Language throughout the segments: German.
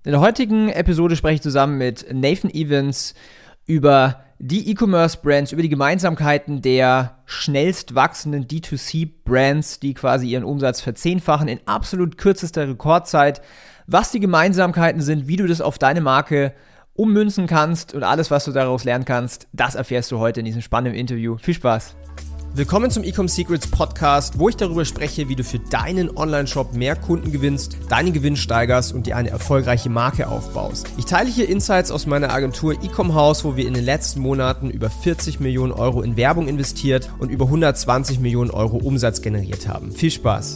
In der heutigen Episode spreche ich zusammen mit Nathan Evans über die E-Commerce-Brands, über die Gemeinsamkeiten der schnellst wachsenden D2C-Brands, die quasi ihren Umsatz verzehnfachen in absolut kürzester Rekordzeit, was die Gemeinsamkeiten sind, wie du das auf deine Marke ummünzen kannst und alles, was du daraus lernen kannst, das erfährst du heute in diesem spannenden Interview. Viel Spaß! Willkommen zum Ecom Secrets Podcast, wo ich darüber spreche, wie du für deinen Online-Shop mehr Kunden gewinnst, deinen Gewinn steigerst und dir eine erfolgreiche Marke aufbaust. Ich teile hier Insights aus meiner Agentur Ecom House, wo wir in den letzten Monaten über 40 Millionen Euro in Werbung investiert und über 120 Millionen Euro Umsatz generiert haben. Viel Spaß!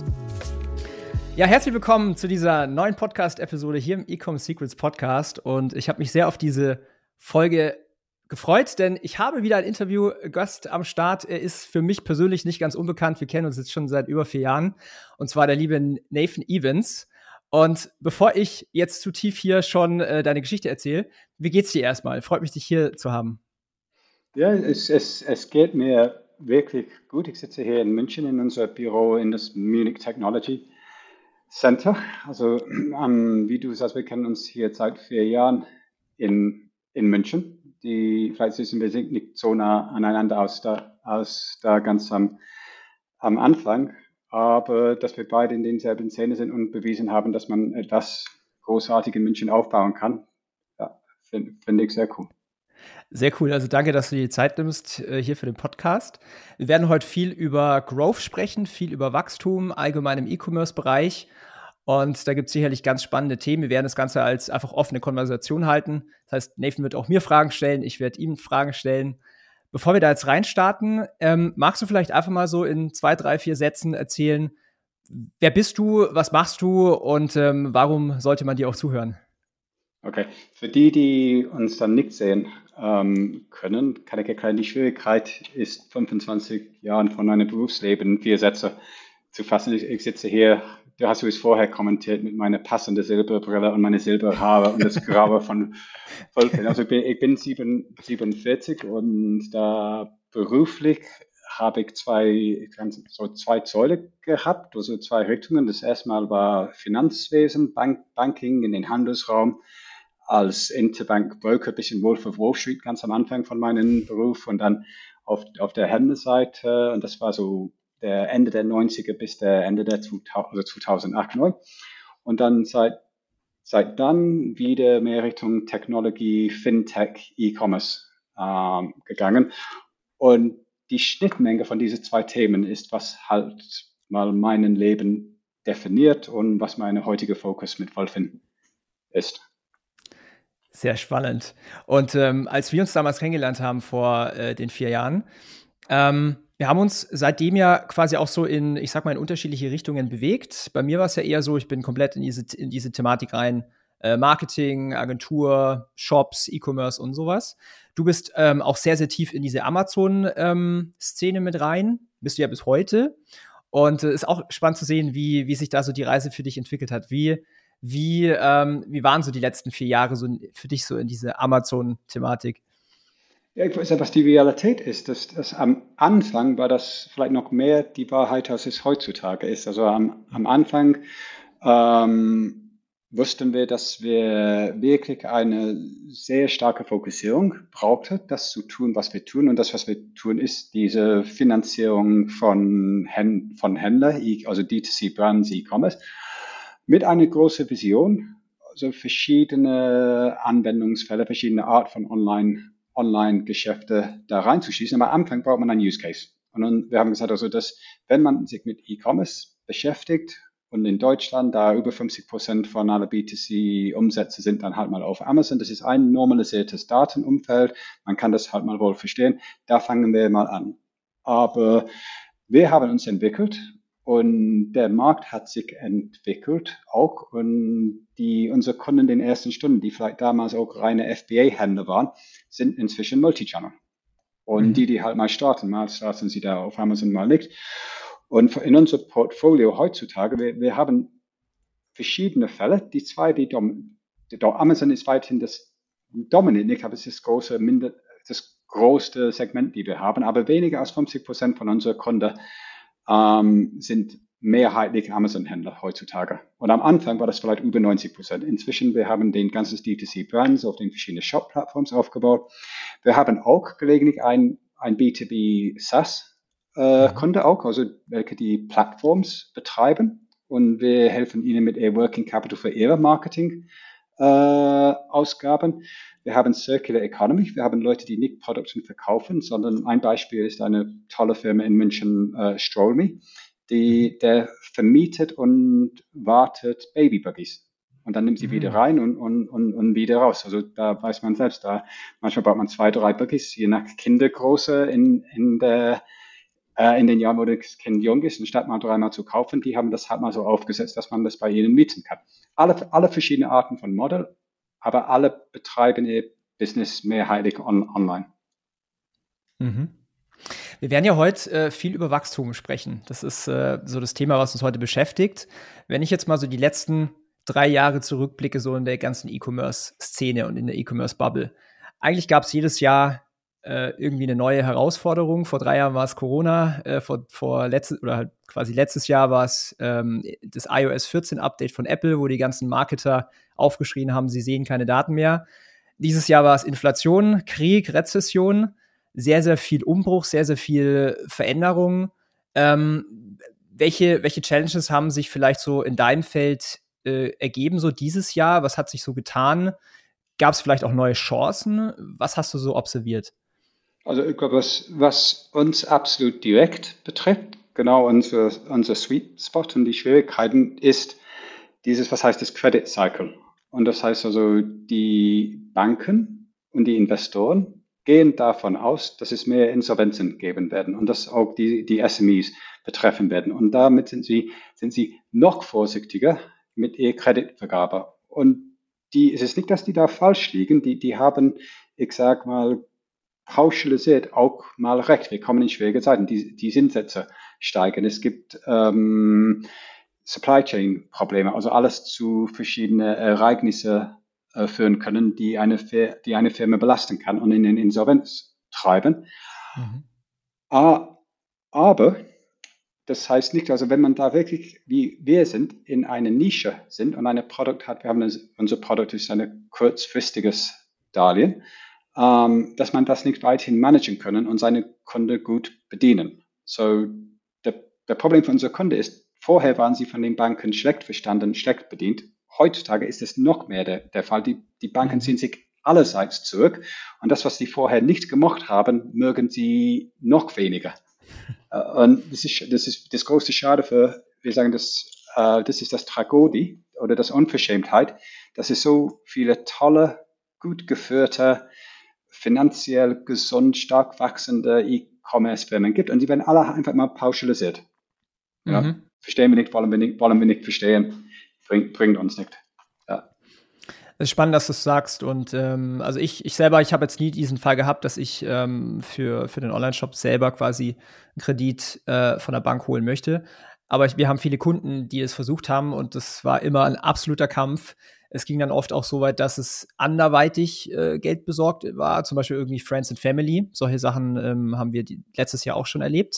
Ja, herzlich willkommen zu dieser neuen Podcast-Episode hier im Ecom Secrets Podcast und ich habe mich sehr auf diese Folge gefreut, denn ich habe wieder ein Interviewgast am Start. Er ist für mich persönlich nicht ganz unbekannt. Wir kennen uns jetzt schon seit über 4 Jahren. Und zwar der liebe Nathan Evans. Und bevor ich jetzt zu tief hier schon deine Geschichte erzähle, wie geht's dir erstmal? Freut mich, dich hier zu haben. Ja, es geht mir wirklich gut. Ich sitze hier in München in unser Büro in das Munich Technology Center. Also, wie du sagst, wir kennen uns hier seit 4 Jahren in München. Vielleicht wissen wir sind nicht so nah aneinander aus da ganz am Anfang, aber dass wir beide in denselben Szene sind und bewiesen haben, dass man etwas großartig in München aufbauen kann, ja, finde ich sehr cool. Sehr cool. Also danke, dass du dir die Zeit nimmst hier für den Podcast. Wir werden heute viel über Growth sprechen, viel über Wachstum, allgemein im E-Commerce-Bereich. Und da gibt es sicherlich ganz spannende Themen. Wir werden das Ganze als einfach offene Konversation halten. Das heißt, Nathan wird auch mir Fragen stellen, ich werde ihm Fragen stellen. Bevor wir da jetzt reinstarten, magst du vielleicht einfach mal so in 2, 3, 4 Sätzen erzählen, wer bist du, was machst du und warum sollte man dir auch zuhören? Okay, für die uns dann nicht sehen können, kann ich erklären, die Schwierigkeit ist, 25 Jahren von meinem Berufsleben in 4 Sätze zu fassen. Ich sitze hier, du hast es vorher kommentiert, mit meiner passenden Silberbrille und meine Silberhaare und das Graue von Wolfen. Also ich bin 47 und da beruflich habe ich zwei Säule gehabt, also 2 Richtungen. Das erste Mal war Finanzwesen, Banking in den Handelsraum als Interbank-Broker, bisschen Wolf of Wall Street ganz am Anfang von meinem Beruf und dann auf der Händlerseite, und das war so der Ende der 90er bis der Ende der 2008, 2009. Und dann seit dann wieder mehr Richtung Technology, Fintech, E-Commerce gegangen. Und die Schnittmenge von diesen 2 Themen ist, was halt mal mein Leben definiert und was meine heutige Fokus mit Wolfin ist. Sehr spannend. Und als wir uns damals kennengelernt haben vor den 4 Jahren, wir haben uns seitdem ja quasi auch so in, ich sag mal, in unterschiedliche Richtungen bewegt. Bei mir war es ja eher so, ich bin komplett in diese Thematik rein, Marketing, Agentur, Shops, E-Commerce und sowas. Du bist auch sehr, sehr tief in diese Amazon-Szene mit rein, bist du ja bis heute. Und ist auch spannend zu sehen, wie sich da so die Reise für dich entwickelt hat. Wie waren so die letzten 4 Jahre so für dich so in diese Amazon-Thematik? Ja, ich weiß nicht, was die Realität ist. Dass am Anfang war das vielleicht noch mehr die Wahrheit, als es heutzutage ist. Also am Anfang wussten wir, dass wir wirklich eine sehr starke Fokussierung brauchten, das zu tun, was wir tun. Und das, was wir tun, ist diese Finanzierung von Händlern, also D2C-Brands, E-Commerce, mit einer großen Vision, also verschiedene Anwendungsfälle, verschiedene Art von Online-Geschäfte da reinzuschießen. Aber am Anfang braucht man einen Use Case. Und dann, wir haben gesagt, also, dass wenn man sich mit E-Commerce beschäftigt und in Deutschland, da über 50% von aller B2C-Umsätze sind dann halt mal auf Amazon, das ist ein normalisiertes Datenumfeld, man kann das halt mal wohl verstehen, da fangen wir mal an. Aber wir haben uns entwickelt und der Markt hat sich entwickelt auch, und unsere Kunden in den ersten Stunden, die vielleicht damals auch reine FBA-Händler waren, sind inzwischen Multichannel. Und Mhm. die halt mal starten sie da auf Amazon, mal nicht. Und in unserem Portfolio heutzutage, wir haben verschiedene Fälle. Amazon ist weiterhin das Dominant, nicht, aber es ist das größte Segment, die wir haben. Aber weniger als 50% von unseren Kunden sind mehrheitlich Amazon-Händler heutzutage. Und am Anfang war das vielleicht über 90%. Inzwischen, wir haben den ganzen D2C-Brands auf den verschiedenen Shop-Plattformen aufgebaut. Wir haben auch gelegentlich ein B2B SaaS-Kunde auch, also welche die Plattforms betreiben. Und wir helfen ihnen mit ihr Working Capital für ihre Marketing-Ausgaben. Wir haben Circular Economy. Wir haben Leute, die nicht Produkte verkaufen, sondern ein Beispiel ist eine tolle Firma in München, Strollme, der vermietet und wartet Babybuggies. Und dann nimmt sie wieder rein und wieder raus. Also da weiß man selbst, da manchmal baut man 2, 3 Buggies, je nach Kindergröße in den Jahren, wo das Kind jung ist, anstatt mal 3-mal zu kaufen, die haben das halt mal so aufgesetzt, dass man das bei ihnen mieten kann. Alle verschiedene Arten von Model, aber alle betreiben ihr Business mehrheitlich online. Mhm. Wir werden ja heute viel über Wachstum sprechen. Das ist so das Thema, was uns heute beschäftigt. Wenn ich jetzt mal so die letzten 3 Jahre zurückblicke, so in der ganzen E-Commerce-Szene und in der E-Commerce-Bubble. Eigentlich gab es jedes Jahr irgendwie eine neue Herausforderung. Vor 3 Jahren war es Corona, quasi letztes Jahr war es das iOS 14 Update von Apple, wo die ganzen Marketer aufgeschrien haben, sie sehen keine Daten mehr. Dieses Jahr war es Inflation, Krieg, Rezession, sehr, sehr viel Umbruch, sehr, sehr viel Veränderung. Welche Challenges haben sich vielleicht so in deinem Feld ergeben, so dieses Jahr? Was hat sich so getan? Gab es vielleicht auch neue Chancen? Was hast du so observiert? Also ich glaube, was uns absolut direkt betrifft, genau unser Sweet Spot und die Schwierigkeiten ist dieses, was heißt das Credit Cycle. Und das heißt also, die Banken und die Investoren gehen davon aus, dass es mehr Insolvenzen geben werden und dass auch die SMEs betreffen werden. Und damit sind sie noch vorsichtiger mit ihrer Kreditvergabe. Und es ist nicht, dass die da falsch liegen, die haben, ich sag mal, pauschalisiert auch mal recht. Wir kommen in schwierige Zeiten. Die Zinssätze steigen. Es gibt Supply Chain Probleme, also alles zu verschiedenen Ereignissen führen können, die eine Firma belasten kann und in den Insolvenz treiben. Aber das heißt nicht, also wenn man da wirklich, wie wir sind, in einer Nische sind und ein Produkt hat, unser Produkt ist ein kurzfristiges Darlehen, dass man das nicht weiterhin managen können und seine Kunden gut bedienen. So, der Problem für unsere Kunden ist, vorher waren sie von den Banken schlecht verstanden, schlecht bedient. Heutzutage ist es noch mehr der Fall. Die Banken ziehen sich allerseits zurück und das, was sie vorher nicht gemacht haben, mögen sie noch weniger. Und das ist das große Schade wir sagen, das ist das Tragödie oder das Unverschämtheit, dass es so viele tolle, gut geführte, finanziell gesund, stark wachsende E-Commerce-Firmen gibt und die werden alle einfach mal pauschalisiert. Ja, verstehen wir nicht, wollen wir nicht verstehen, bringt uns nicht. Ja. Es ist spannend, dass du es sagst. Und also ich selber, ich habe jetzt nie diesen Fall gehabt, dass ich für den Online-Shop selber quasi einen Kredit von der Bank holen möchte. Aber wir haben viele Kunden, die es versucht haben und das war immer ein absoluter Kampf. Es ging dann oft auch so weit, dass es anderweitig Geld besorgt war, zum Beispiel irgendwie Friends and Family. Solche Sachen haben wir letztes Jahr auch schon erlebt.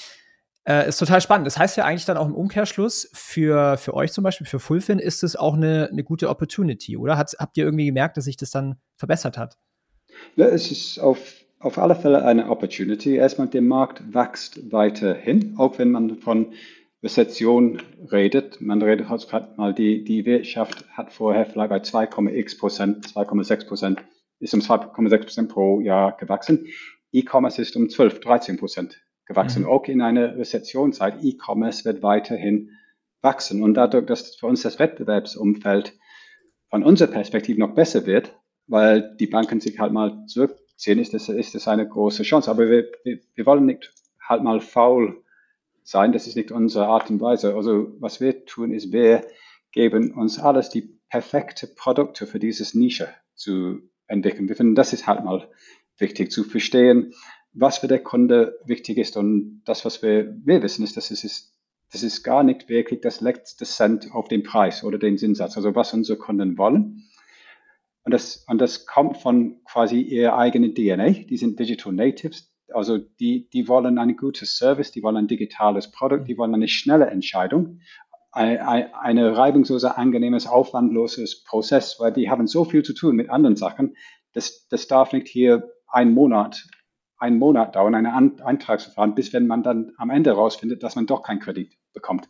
Ist total spannend. Das heißt ja eigentlich dann auch im Umkehrschluss für euch zum Beispiel, für Fulfin, ist es auch eine gute Opportunity, oder? Habt ihr irgendwie gemerkt, dass sich das dann verbessert hat? Ja, es ist auf alle Fälle eine Opportunity. Erstmal, der Markt wächst weiterhin, auch wenn man von Rezession redet. Man redet halt mal, die Wirtschaft hat vorher vielleicht bei 2,x%, 2,6%, ist um 2,6% pro Jahr gewachsen. E-Commerce ist um 12, 13% gewachsen. Auch in einer Rezessionszeit, E-Commerce wird weiterhin wachsen. Und dadurch, dass für uns das Wettbewerbsumfeld von unserer Perspektive noch besser wird, weil die Banken sich halt mal zurückziehen, ist das eine große Chance. Aber wir wollen nicht halt mal faul sein. Das ist nicht unsere Art und Weise. Also was wir tun, ist, wir geben uns alles die perfekte Produkte für dieses Nische zu entwickeln. Wir finden, das ist halt mal wichtig zu verstehen, was für der Kunde wichtig ist. Und das, was wir wissen, ist, dass das ist gar nicht wirklich das letzte Cent auf den Preis oder den Zinssatz. Also was unsere Kunden wollen. Und das kommt von quasi ihrer eigenen DNA. Die sind Digital Natives. Also die wollen ein gutes Service, die wollen ein digitales Produkt, die wollen eine schnelle Entscheidung, eine reibungslose, angenehmes, aufwandloses Prozess, weil die haben so viel zu tun mit anderen Sachen. Das darf nicht hier einen Monat dauern, eine Eintragsverfahren, bis wenn man dann am Ende rausfindet, dass man doch keinen Kredit bekommt.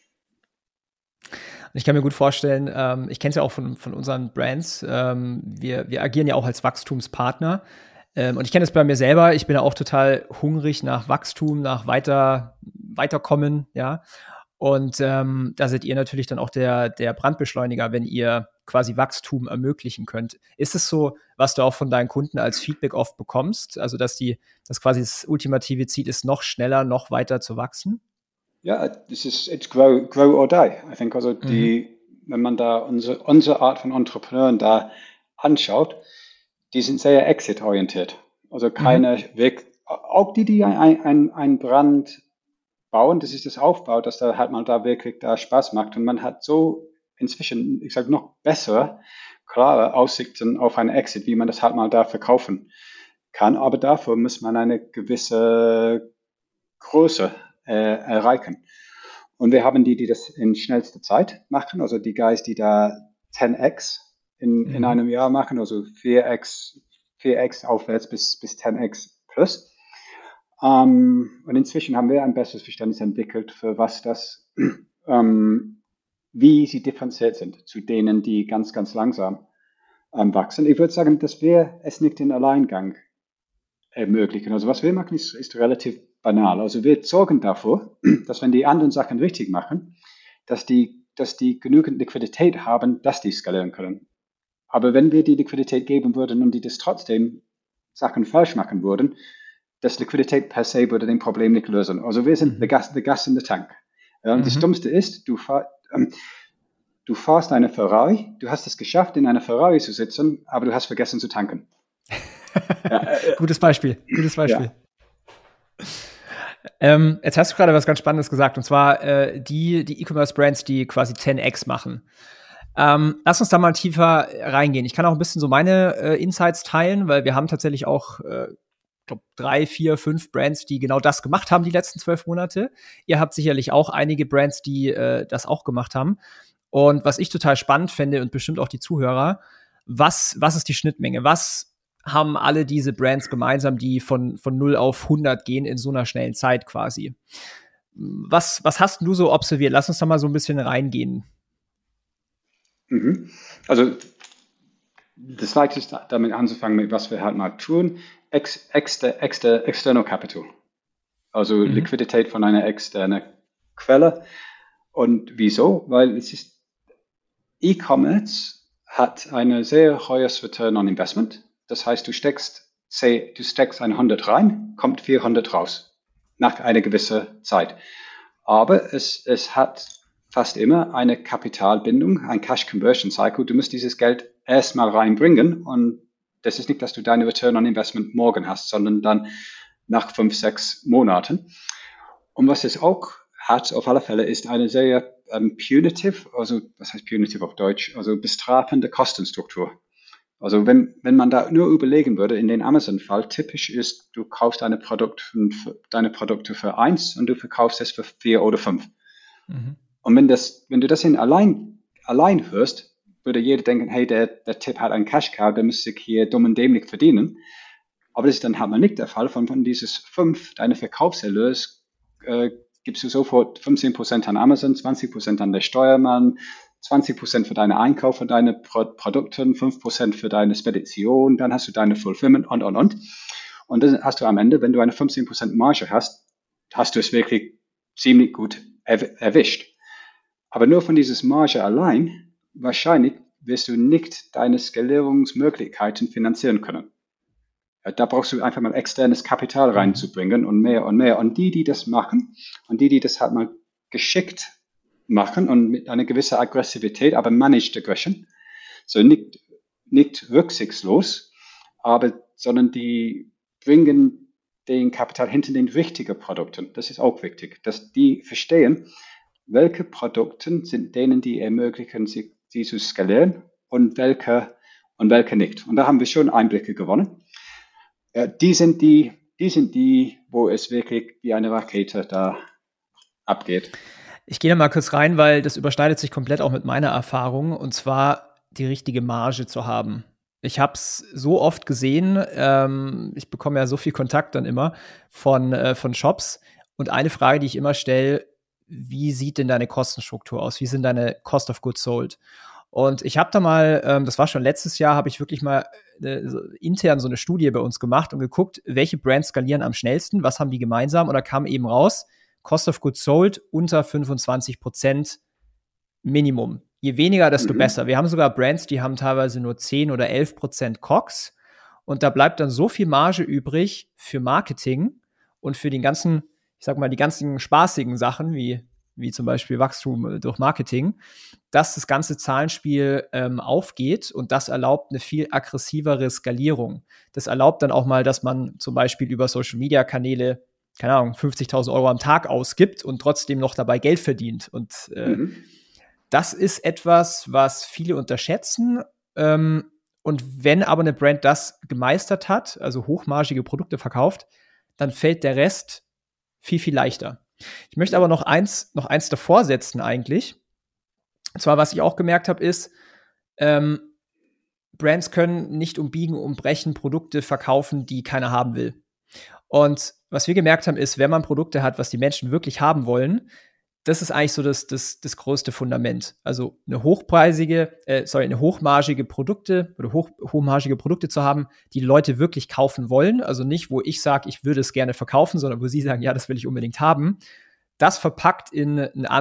Ich kann mir gut vorstellen, ich kenne es ja auch von unseren Brands, wir agieren ja auch als Wachstumspartner. Und ich kenne es bei mir selber, ich bin ja auch total hungrig nach Wachstum, nach Weiterkommen, ja. Und da seid ihr natürlich dann auch der Brandbeschleuniger, wenn ihr quasi Wachstum ermöglichen könnt. Ist es so, was du auch von deinen Kunden als Feedback oft bekommst? Also, dass quasi das ultimative Ziel ist, noch schneller, noch weiter zu wachsen? Ja, it's grow or die. I think also wenn man da unsere Art von Entrepreneuren da anschaut, die sind sehr exit-orientiert. Also keine Weg, auch die ein Brand bauen, das ist das Aufbau, dass da halt mal da wirklich da Spaß macht. Und man hat so inzwischen, ich sage noch besser, klare Aussichten auf einen Exit, wie man das halt mal da verkaufen kann. Aber dafür muss man eine gewisse Größe erreichen. Und wir haben die das in schnellster Zeit machen, also die Guys, die da 10x in einem Jahr machen, also 4x aufwärts bis 10x plus. Und inzwischen haben wir ein besseres Verständnis entwickelt, für was das, wie sie differenziert sind zu denen, die ganz, ganz langsam wachsen. Ich würde sagen, dass wir es nicht in Alleingang ermöglichen. Also was wir machen, ist relativ banal. Also wir sorgen dafür, dass wenn die anderen Sachen richtig machen, dass die genügend Liquidität haben, dass die skalieren können. Aber wenn wir die Liquidität geben würden und die das trotzdem Sachen falsch machen würden, das Liquidität per se würde den Problem nicht lösen. Also wir sind the gas in the tank. Das Dummste ist, du fahrst eine Ferrari, du hast es geschafft, in einer Ferrari zu sitzen, aber du hast vergessen zu tanken. Gutes Beispiel. Ja. Jetzt hast du gerade was ganz Spannendes gesagt, und zwar die E-Commerce-Brands, die quasi 10x machen. Lass uns da mal tiefer reingehen. Ich kann auch ein bisschen so meine Insights teilen, weil wir haben tatsächlich auch, ich glaube, 3, 4, 5 Brands, die genau das gemacht haben die letzten 12 Monate. Ihr habt sicherlich auch einige Brands, die das auch gemacht haben. Und was ich total spannend finde und bestimmt auch die Zuhörer, was ist die Schnittmenge? Was haben alle diese Brands gemeinsam, die von 0 auf 100 gehen in so einer schnellen Zeit quasi? Was hast du so observiert? Lass uns da mal so ein bisschen reingehen. Also das Leichte ist damit anzufangen, mit was wir halt mal tun. External Capital. Also Liquidität von einer externen Quelle. Und wieso? Weil es ist E-Commerce hat eine sehr hohes Return on Investment. Das heißt, du steckst 100 rein, kommt 400 raus nach einer gewissen Zeit. Aber es hat fast immer eine Kapitalbindung, ein Cash Conversion Cycle. Du musst dieses Geld erstmal reinbringen, und das ist nicht, dass du deine Return on Investment morgen hast, sondern dann nach 5, 6 Monaten. Und was es auch hat, auf alle Fälle, ist eine sehr punitive, also was heißt punitive auf Deutsch, also bestrafende Kostenstruktur. Also wenn man da nur überlegen würde, in den Amazon-Fall, typisch ist, du kaufst deine Produkte für 1 und du verkaufst es für 4 oder 5. Und wenn du das in allein hörst, würde jeder denken, hey, der Typ hat einen Cash-Cow, der muss sich hier dumm und dämlich verdienen. Aber das ist dann halt mal nicht der Fall. Von dieses 5, deine Verkaufserlös, gibst du sofort 15% an Amazon, 20% an der Steuermann, 20% für deine Einkauf von deinen Produkten, 5% für deine Spedition, dann hast du deine Fulfillment und. Und dann hast du am Ende, wenn du eine 15% Marge hast, hast du es wirklich ziemlich gut erwischt. Aber nur von dieses Marge allein, wahrscheinlich wirst du nicht deine Skalierungsmöglichkeiten finanzieren können. Da brauchst du einfach mal externes Kapital reinzubringen und mehr und mehr. Und die das machen und die das halt mal geschickt machen und mit einer gewissen Aggressivität, aber managed aggression, so nicht rücksichtslos, sondern die bringen den Kapital hinter den richtigen Produkten. Das ist auch wichtig, dass die verstehen, welche Produkte sind denen, die ermöglichen, sie zu skalieren, und welche nicht. Und da haben wir schon Einblicke gewonnen. Die sind die die sind die, wo es wirklich wie eine Rakete da abgeht. Ich gehe da mal kurz rein, weil das überschneidet sich komplett auch mit meiner Erfahrung, und zwar die richtige Marge zu haben. Ich habe es so oft gesehen, ich bekomme ja so viel Kontakt dann immer von Shops, und eine Frage, die ich immer stelle: Wie sieht denn deine Kostenstruktur aus? Wie sind deine Cost of Goods sold? Und ich habe da mal, das war schon letztes Jahr, habe ich wirklich mal intern so eine Studie bei uns gemacht und geguckt, welche Brands skalieren am schnellsten, was haben die gemeinsam, und da kam eben raus: Cost of Goods sold unter 25% Minimum. Je weniger, desto besser. Wir haben sogar Brands, die haben teilweise nur 10 oder 11% COGS, und da bleibt dann so viel Marge übrig für Marketing und für den ganzen, ich sag mal, die ganzen spaßigen Sachen, wie zum Beispiel Wachstum durch Marketing, dass das ganze Zahlenspiel aufgeht, und das erlaubt eine viel aggressivere Skalierung. Das erlaubt dann auch mal, dass man zum Beispiel über Social-Media-Kanäle, keine Ahnung, 50.000 Euro am Tag ausgibt und trotzdem noch dabei Geld verdient. Und das ist etwas, was viele unterschätzen. Und wenn aber eine Brand das gemeistert hat, also hochmargige Produkte verkauft, dann fällt der Rest viel, viel leichter. Ich möchte aber noch eins davor setzen eigentlich. Und zwar, was ich auch gemerkt habe, ist, Brands können nicht um Biegen und Brechen Produkte verkaufen, die keiner haben will. Und was wir gemerkt haben, ist, wenn man Produkte hat, was die Menschen wirklich haben wollen, das ist eigentlich so das größte Fundament. Also eine hochmargige Produkte oder hochmargige Produkte zu haben, die Leute wirklich kaufen wollen. Also nicht, wo ich sage, ich würde es gerne verkaufen, sondern wo sie sagen, ja, das will ich unbedingt haben. Das verpackt in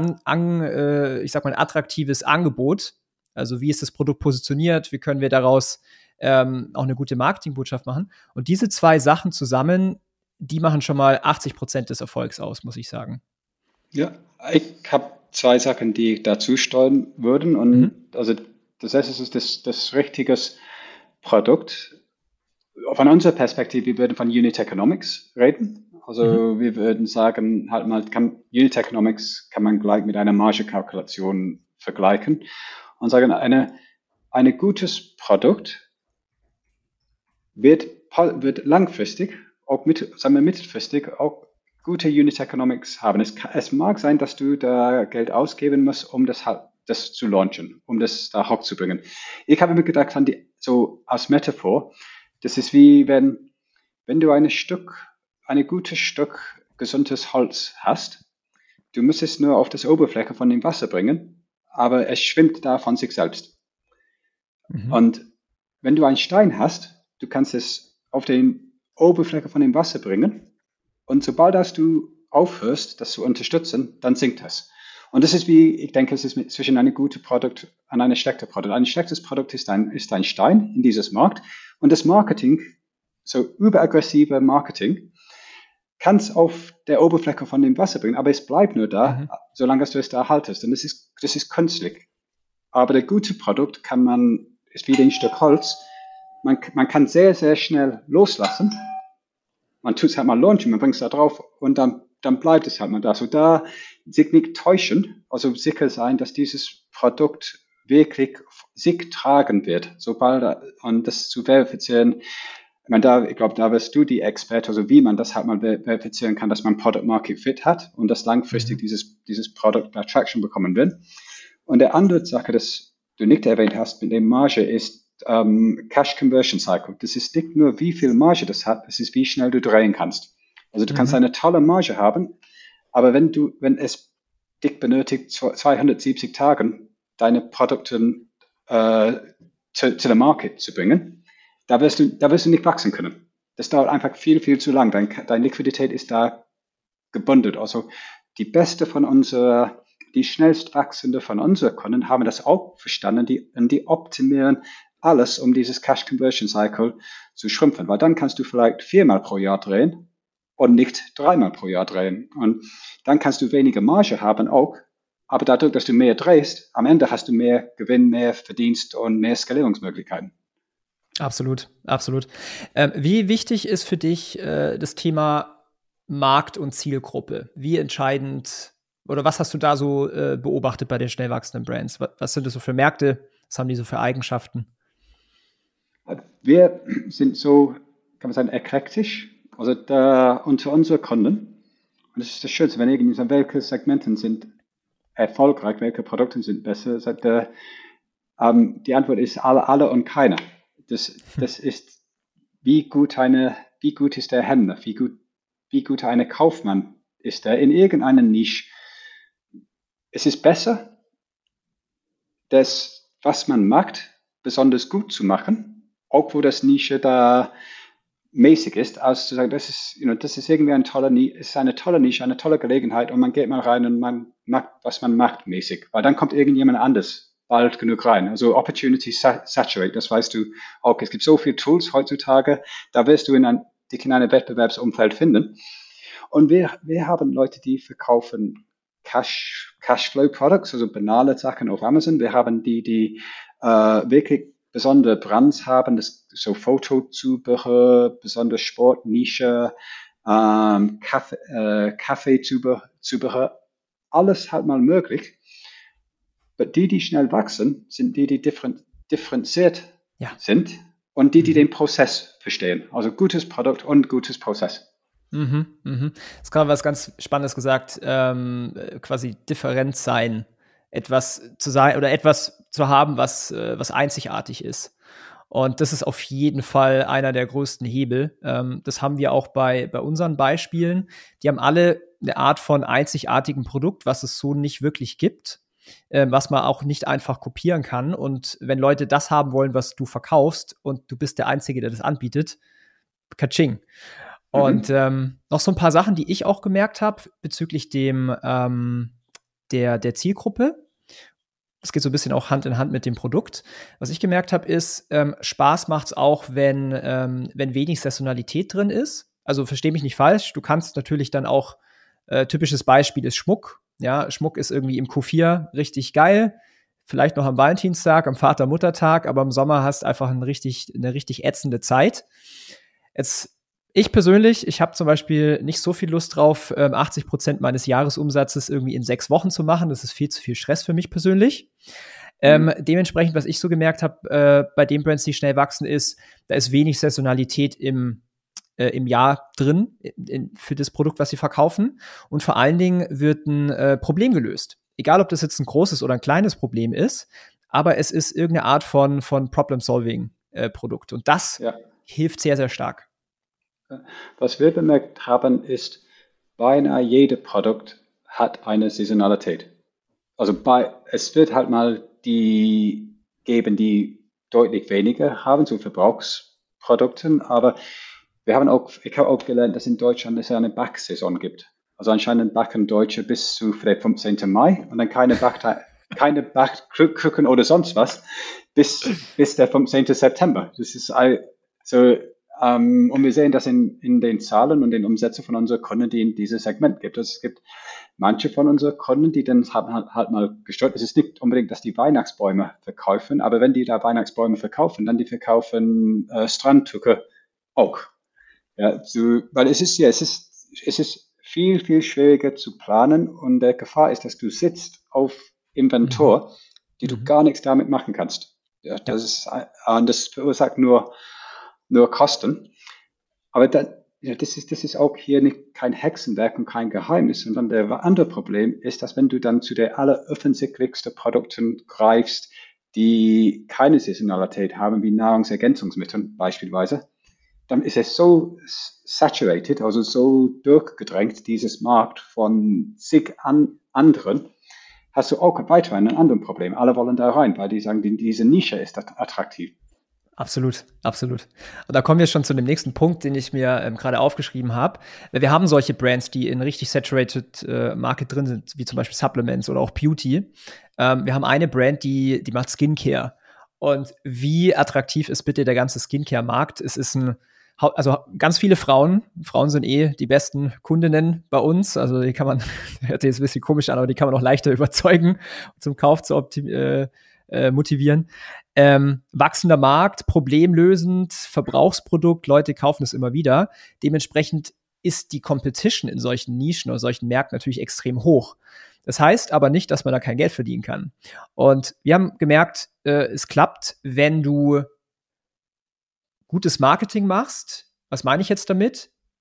ich sag mal, ein attraktives Angebot. Also wie ist das Produkt positioniert? Wie können wir daraus auch eine gute Marketingbotschaft machen? Und diese zwei Sachen zusammen, die machen schon mal 80% des Erfolgs aus, muss ich sagen. Ja, ich habe zwei Sachen, die ich dazu steuern würden. Und also das erste ist das richtige Produkt. Von unserer Perspektive, wir würden von Unit Economics reden. Also wir würden sagen, halt mal, Unit Economics kann man gleich mit einer Margekalkulation vergleichen und sagen, ein gutes Produkt wird langfristig, auch mittelfristig, auch gute Unit Economics haben. Es mag sein, dass du da Geld ausgeben musst, um das zu launchen, um das da hochzubringen. Ich habe mir gedacht, so als Metaphor, das ist wie wenn du ein gutes Stück gesundes Holz hast, du musst es nur auf das Oberfläche von dem Wasser bringen, aber es schwimmt da von sich selbst. Und wenn du einen Stein hast, du kannst es auf die Oberfläche von dem Wasser bringen, und sobald du aufhörst, das zu unterstützen, dann sinkt es. Und das ist ich denke, es ist zwischen einem guten Produkt und einem schlechten Produkt. Ein schlechtes Produkt ist ein Stein in dieses Markt. Und das Marketing, so überaggressive Marketing, kann es auf der Oberfläche von dem Wasser bringen, aber es bleibt nur da, solange du es da haltest. Und das ist künstlich. Aber der gute Produkt ist wie ein Stück Holz. Man kann sehr, sehr schnell loslassen. Man tut es halt mal launchen, man bringt es da drauf und dann bleibt es halt mal da. So da sich nicht täuschen, also sicher sein, dass dieses Produkt wirklich sich tragen wird, und das zu verifizieren. Ich glaube, da wirst du die Experte, also wie man das halt mal verifizieren kann, dass man Product Market Fit hat und dass langfristig dieses Product Traction bekommen wird. Und der andere Sache, das du nicht erwähnt hast mit dem Marge, ist Cash Conversion Cycle. Das ist nicht nur, wie viel Marge das hat, es ist, wie schnell du drehen kannst. Also du kannst eine tolle Marge haben, aber wenn es dich benötigt, 270 Tagen deine Produkte zu der Market zu bringen, da wirst du nicht wachsen können. Das dauert einfach viel, viel zu lang. Deine Liquidität ist da gebunden. Also die schnellst wachsende von unseren Kunden haben das auch verstanden, die optimieren alles, um dieses Cash Conversion Cycle zu schrumpfen, weil dann kannst du vielleicht 4-mal pro Jahr drehen und nicht 3-mal pro Jahr drehen. Und dann kannst du weniger Marge haben auch, aber dadurch, dass du mehr drehst, am Ende hast du mehr Gewinn, mehr Verdienst und mehr Skalierungsmöglichkeiten. Absolut, absolut. Wie wichtig ist für dich das Thema Markt und Zielgruppe? Wie entscheidend, oder was hast du da so beobachtet bei den schnell wachsenden Brands? Was sind das so für Märkte? Was haben die so für Eigenschaften? Wir sind so, kann man sagen, eklektisch Also unter unseren Kunden, und das ist das Schönste, wenn irgendwie sagen, welche Segmenten sind erfolgreich, welche Produkte sind besser, die Antwort ist alle und keiner. Das ist, wie gut ist der Händler, wie gut eine Kaufmann ist er in irgendeiner Nische. Es ist besser, das, was man macht, besonders gut zu machen, auch wo das Nische da mäßig ist, als zu sagen, das ist irgendwie ist eine tolle Nische, eine tolle Gelegenheit und man geht mal rein und man macht, was man macht, mäßig, weil dann kommt irgendjemand anders bald genug rein. Also Opportunity Saturate, das weißt du auch. Es gibt so viele Tools heutzutage, da wirst du dich in einem Wettbewerbsumfeld finden. Und wir haben Leute, die verkaufen Cashflow Products, also banale Sachen auf Amazon. Wir haben die wirklich besondere Brands haben, so Fotozubehör, besonders Sportnische, Kaffeezubehör, alles halt mal möglich. Aber die schnell wachsen, sind die differenziert sind und die den Prozess verstehen. Also gutes Produkt und gutes Prozess. Das ist gerade was ganz Spannendes gesagt, quasi different sein, etwas zu sein oder etwas zu haben, was einzigartig ist. Und das ist auf jeden Fall einer der größten Hebel. Das haben wir auch bei unseren Beispielen. Die haben alle eine Art von einzigartigem Produkt, was es so nicht wirklich gibt, was man auch nicht einfach kopieren kann. Und wenn Leute das haben wollen, was du verkaufst und du bist der Einzige, der das anbietet, Katsching. Und noch so ein paar Sachen, die ich auch gemerkt habe bezüglich der Zielgruppe. Das geht so ein bisschen auch Hand in Hand mit dem Produkt. Was ich gemerkt habe, ist, Spaß macht's auch, wenn wenig Saisonalität drin ist. Also versteh mich nicht falsch, du kannst natürlich dann auch, typisches Beispiel ist Schmuck. Ja, Schmuck ist irgendwie im Q4 richtig geil. Vielleicht noch am Valentinstag, am Vater-Mutter-Tag, aber im Sommer hast einfach eine richtig ätzende Zeit. Ich persönlich, ich habe zum Beispiel nicht so viel Lust drauf, 80% meines Jahresumsatzes irgendwie in 6 Wochen zu machen. Das ist viel zu viel Stress für mich persönlich. Dementsprechend, was ich so gemerkt habe, bei den Brands, die schnell wachsen, ist, da ist wenig Saisonalität im Jahr drin für das Produkt, was sie verkaufen. Und vor allen Dingen wird ein Problem gelöst. Egal, ob das jetzt ein großes oder ein kleines Problem ist, aber es ist irgendeine Art von Problem-Solving-Produkt. Und das hilft sehr, sehr stark. Was wir bemerkt haben, ist, beinahe jedes Produkt hat eine Saisonalität. Also es wird halt mal die geben, die deutlich weniger haben, so Verbrauchsprodukten, aber ich habe auch gelernt, dass in Deutschland es eine Backsaison gibt. Also anscheinend backen Deutsche bis zu vielleicht 15. Mai und dann keine Backkrücken oder sonst was bis der 15. September. Das ist so. Und wir sehen das in den Zahlen und den Umsätzen von unseren Kunden, die in dieses Segment gibt. Also es gibt manche von unseren Kunden, die dann haben halt mal gestört. Es ist nicht unbedingt, dass die Weihnachtsbäume verkaufen, aber wenn die da Weihnachtsbäume verkaufen, dann die verkaufen Strandtücher auch. Ja, weil es ist viel, viel schwieriger zu planen und der Gefahr ist, dass du sitzt auf Inventur, die du gar nichts damit machen kannst. Ja, das verursacht nur Kosten. Aber das ist auch hier kein Hexenwerk und kein Geheimnis, sondern der andere Problem ist, dass wenn du dann zu der alleröffentlichsten Produkten greifst, die keine Saisonalität haben, wie Nahrungsergänzungsmittel beispielsweise, dann ist es so saturated, also so durchgedrängt, dieses Markt von zig anderen, hast du auch weiterhin ein anderes Problem. Alle wollen da rein, weil die sagen, diese Nische ist attraktiv. Absolut. Und da kommen wir schon zu dem nächsten Punkt, den ich mir gerade aufgeschrieben habe. Wir haben solche Brands, die in richtig saturated Market drin sind, wie zum Beispiel Supplements oder auch Beauty. Wir haben eine Brand, die macht Skincare. Und wie attraktiv ist bitte der ganze Skincare-Markt? Es ist also ganz viele Frauen sind die besten Kundinnen bei uns. Also die kann man, hört sich jetzt ein bisschen komisch an, aber die kann man auch leichter überzeugen, zum Kauf zu motivieren. Wachsender Markt, problemlösend, Verbrauchsprodukt, Leute kaufen es immer wieder. Dementsprechend ist die Competition in solchen Nischen oder solchen Märkten natürlich extrem hoch. Das heißt aber nicht, dass man da kein Geld verdienen kann. Und wir haben gemerkt, es klappt, wenn du gutes Marketing machst. Was meine ich jetzt damit?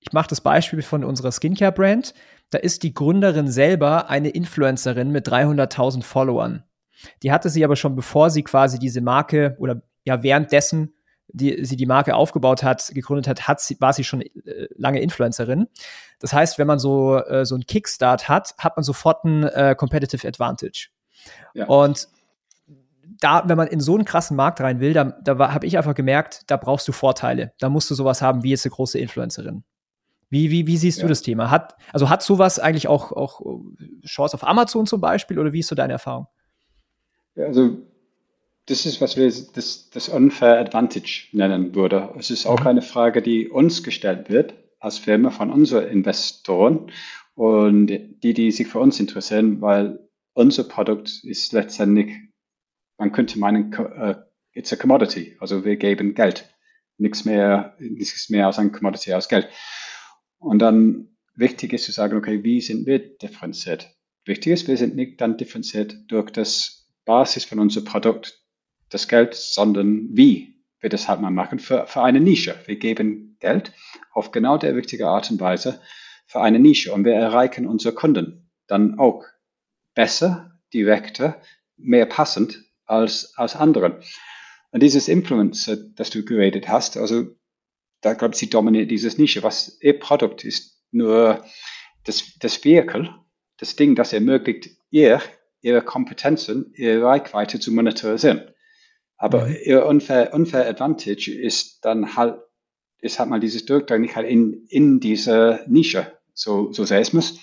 ich mache das Beispiel von unserer Skincare-Brand, da ist die Gründerin selber eine Influencerin mit 300.000 Followern. Die hatte sie aber schon, bevor sie quasi diese Marke oder ja währenddessen sie die Marke aufgebaut hat, gegründet hat, war sie schon lange Influencerin. Das heißt, wenn man so einen Kickstart hat man sofort ein Competitive Advantage. Ja. Und da, wenn man in so einen krassen Markt rein will, da habe ich einfach gemerkt, da brauchst du Vorteile. Da musst du sowas haben wie jetzt eine große Influencerin. Wie siehst du das Thema? Hat sowas eigentlich auch Chance auf Amazon zum Beispiel, oder wie ist so deine Erfahrung? Ja, also das ist, was wir das Unfair Advantage nennen würden. Es ist auch eine Frage, die uns gestellt wird als Firma von unseren Investoren und die sich für uns interessieren, weil unser Produkt ist letztendlich, man könnte meinen, it's a commodity. Also wir geben Geld. Nichts mehr als ein Commodity, als Geld. Und dann wichtig ist zu sagen, okay, wie sind wir differenziert? Wichtig ist, wir sind nicht dann differenziert durch das Basis von unserem Produkt, das Geld, sondern wie wir das halt mal machen für eine Nische. Wir geben Geld auf genau der richtige Art und Weise für eine Nische und wir erreichen unsere Kunden dann auch besser, direkter, mehr passend als andere. Und dieses Influencer, das du geredet hast, also da glaube ich, sie dominiert dieses Nische. Was ihr Produkt ist nur das Vehicle, das Ding, das ermöglicht ihre Kompetenzen, ihre Reichweite zu monetarisieren. Aber ihr unfair Advantage ist dann halt mal dieses Durchdringen halt in diese Nische. So sehr es muss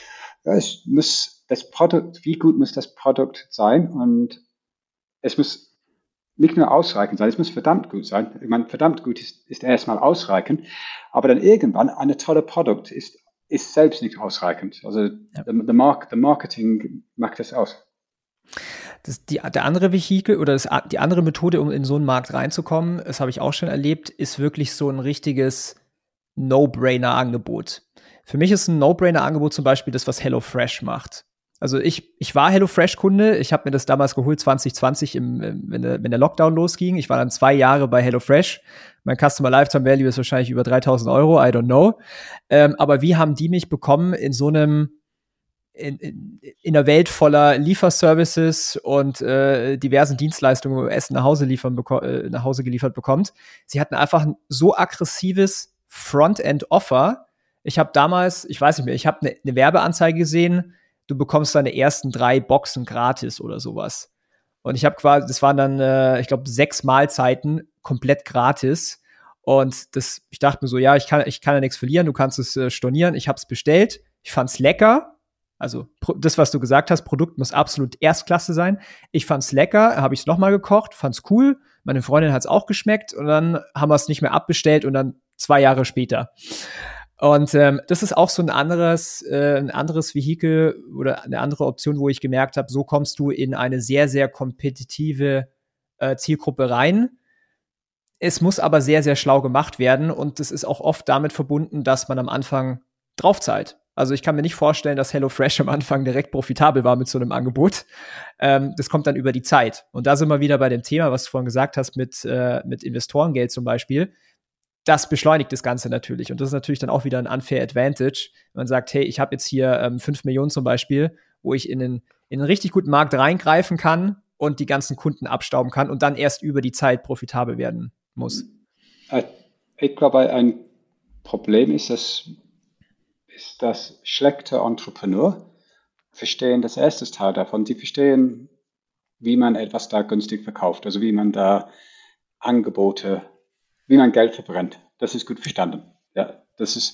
das Produkt, wie gut muss das Produkt sein? Und es muss nicht nur ausreichend sein, es muss verdammt gut sein. Ich meine, verdammt gut ist erstmal ausreichend, aber dann irgendwann eine tolle Produkt ist selbst nicht ausreichend. Also der Marketing macht das aus. Der andere Vehikel oder die andere Methode, um in so einen Markt reinzukommen, das habe ich auch schon erlebt, ist wirklich so ein richtiges No-Brainer-Angebot. Für mich ist ein No-Brainer-Angebot zum Beispiel das, was HelloFresh macht. Also ich war HelloFresh-Kunde. Ich habe mir das damals geholt 2020, wenn der Lockdown losging. Ich war dann 2 Jahre bei HelloFresh. Mein Customer Lifetime Value ist wahrscheinlich über 3.000 Euro, I don't know. Aber wie haben die mich bekommen in so einem in einer Welt voller Lieferservices und diversen Dienstleistungen, wo Essen nach Hause geliefert bekommt. Sie hatten einfach ein so aggressives Frontend-Offer. Ich habe damals, ich weiß nicht mehr, ich habe eine Werbeanzeige gesehen, du bekommst deine ersten 3 Boxen gratis oder sowas. Und ich habe quasi, das waren dann, ich glaube, 6 Mahlzeiten komplett gratis. Und ich dachte mir so, ja, ich kann ja nichts verlieren, du kannst es stornieren. Ich habe es bestellt, ich fand's lecker. Also das, was du gesagt hast, Produkt muss absolut Erstklasse sein. Ich fand's lecker, habe ich es nochmal gekocht, fand's cool. Meine Freundin hat's auch geschmeckt und dann haben wir es nicht mehr abbestellt und dann 2 Jahre später. Und das ist auch so ein anderes Vehikel oder eine andere Option, wo ich gemerkt habe, so kommst du in eine sehr, sehr kompetitive Zielgruppe rein. Es muss aber sehr, sehr schlau gemacht werden und das ist auch oft damit verbunden, dass man am Anfang draufzahlt. Also ich kann mir nicht vorstellen, dass HelloFresh am Anfang direkt profitabel war mit so einem Angebot. Das kommt dann über die Zeit. Und da sind wir wieder bei dem Thema, was du vorhin gesagt hast, mit Investorengeld zum Beispiel. Das beschleunigt das Ganze natürlich. Und das ist natürlich dann auch wieder ein unfair Advantage. Wenn man sagt, hey, ich habe jetzt hier 5 Millionen zum Beispiel, wo ich in einen richtig guten Markt reingreifen kann und die ganzen Kunden abstauben kann und dann erst über die Zeit profitabel werden muss. Ich glaube, ein Problem ist, dass schlechte Entrepreneur verstehen das erste Teil davon. Sie verstehen, wie man etwas da günstig verkauft, also wie man da Angebote, wie man Geld verbrennt. Das ist gut verstanden. Ja, das ist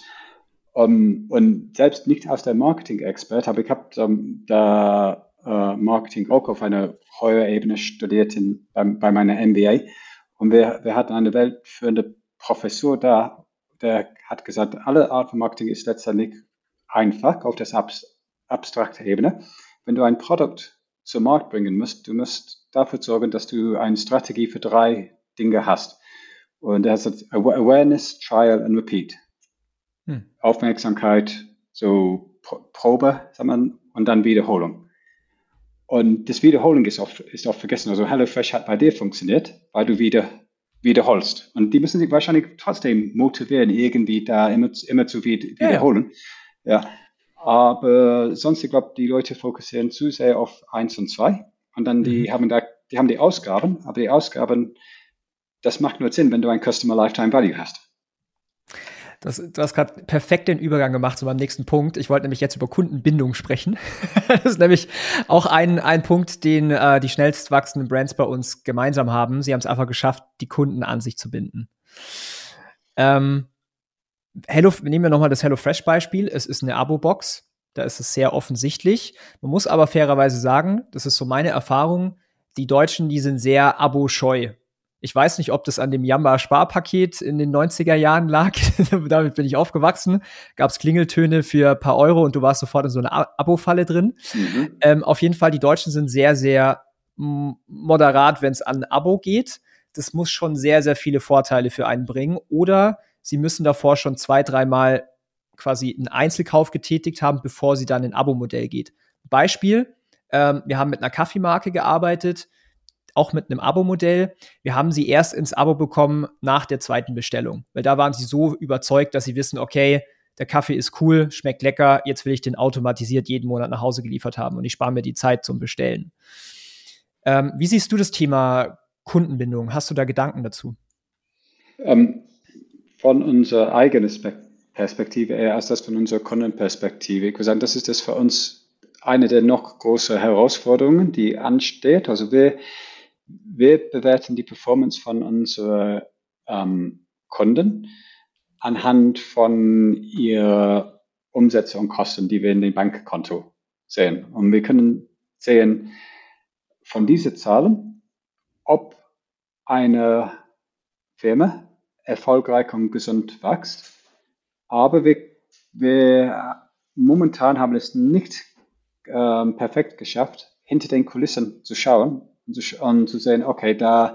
und selbst nicht als der Marketing-Expert, aber ich habe da Marketing auch auf einer höheren Ebene studiert bei meiner MBA und wir hatten eine weltführende Professor da, der hat gesagt, alle Art von Marketing ist letztendlich einfach auf der abstrakten Ebene. Wenn du ein Produkt zum Markt bringen musst, du musst dafür sorgen, dass du eine Strategie für 3 Dinge hast. Und er sagt Awareness, Trial and Repeat. Aufmerksamkeit, so Probe, sagen wir, und dann Wiederholung. Und das Wiederholen ist oft vergessen. Also HelloFresh hat bei dir funktioniert, weil du wieder wiederholst. Und die müssen sich wahrscheinlich trotzdem motivieren, irgendwie da immer zu wiederholen. Ja. Aber sonst, ich glaube, die Leute fokussieren zu sehr auf 1 und 2. Und dann die haben die Ausgaben, aber die Ausgaben, das macht nur Sinn, wenn du ein Customer Lifetime Value hast. Du hast gerade perfekt den Übergang gemacht zu meinem nächsten Punkt. Ich wollte nämlich jetzt über Kundenbindung sprechen. Das ist nämlich auch ein Punkt, den die schnellst wachsenden Brands bei uns gemeinsam haben. Sie haben es einfach geschafft, die Kunden an sich zu binden. Nehmen wir nochmal das HelloFresh-Beispiel. Es ist eine Abo-Box. Da ist es sehr offensichtlich. Man muss aber fairerweise sagen, das ist so meine Erfahrung, die Deutschen, die sind sehr abo-scheu. Ich weiß nicht, ob das an dem Jamba-Sparpaket in den 90er Jahren lag. Damit bin ich aufgewachsen. Gab es Klingeltöne für ein paar Euro und du warst sofort in so einer Abo-Falle drin. Auf jeden Fall, die Deutschen sind sehr, sehr moderat, wenn es an Abo geht. Das muss schon sehr, sehr viele Vorteile für einen bringen. Oder sie müssen davor schon 2-3 Mal quasi einen Einzelkauf getätigt haben, bevor sie dann in ein Abo-Modell geht. Beispiel, wir haben mit einer Kaffeemarke gearbeitet, auch mit einem Abo-Modell. Wir haben sie erst ins Abo bekommen nach der zweiten Bestellung, weil da waren sie so überzeugt, dass sie wissen, okay, der Kaffee ist cool, schmeckt lecker, jetzt will ich den automatisiert jeden Monat nach Hause geliefert haben und ich spare mir die Zeit zum Bestellen. Wie siehst du das Thema Kundenbindung? Hast du da Gedanken dazu? Von unserer eigenen Perspektive eher als das von unserer Kundenperspektive. Ich würde sagen, das ist das für uns eine der noch größeren Herausforderungen, die ansteht. Also wir bewerten die Performance von unseren Kunden anhand von ihrer Umsätze und Kosten, die wir in dem Bankkonto sehen. Und wir können sehen von diesen Zahlen, ob eine Firma erfolgreich und gesund wächst. Aber wir momentan haben es nicht perfekt geschafft, hinter den Kulissen zu schauen und zu sehen, okay, da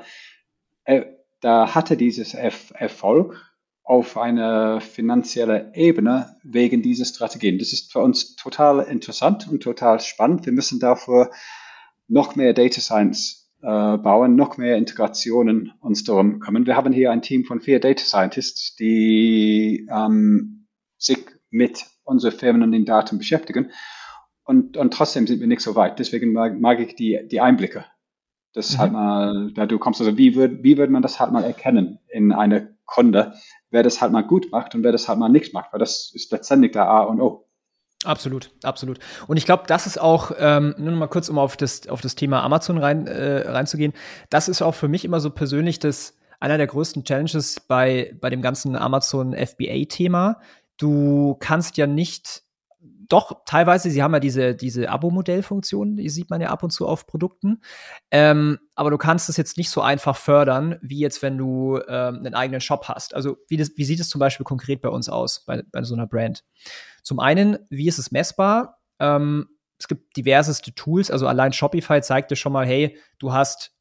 hatte dieses Erfolg auf einer finanziellen Ebene wegen dieser Strategien. Das ist für uns total interessant und total spannend. Wir müssen dafür noch mehr Data Science bauen, noch mehr Integrationen uns darum kümmern. Wir haben hier ein Team von 4 Data Scientists, die sich mit unseren Firmen und den Daten beschäftigen. Und trotzdem sind wir nicht so weit. Deswegen mag ich die Einblicke. Das halt mal, da du kommst, also wie würde man das halt mal erkennen in einer Kunde, wer das halt mal gut macht und wer das halt mal nicht macht, weil das ist letztendlich der A und O. Absolut, absolut. Und ich glaube, das ist auch, nur noch mal kurz, um auf das Thema Amazon reinzugehen, das ist auch für mich immer so persönlich einer der größten Challenges bei dem ganzen Amazon FBA-Thema. Du kannst ja nicht, doch, teilweise, sie haben ja diese Abo-Modell-Funktion, die sieht man ja ab und zu auf Produkten, aber du kannst es jetzt nicht so einfach fördern, wie jetzt, wenn du einen eigenen Shop hast. Also wie sieht es zum Beispiel konkret bei uns aus, bei so einer Brand? Zum einen, wie ist es messbar? Es gibt diverseste Tools, also allein Shopify zeigt dir schon mal, hey, du hast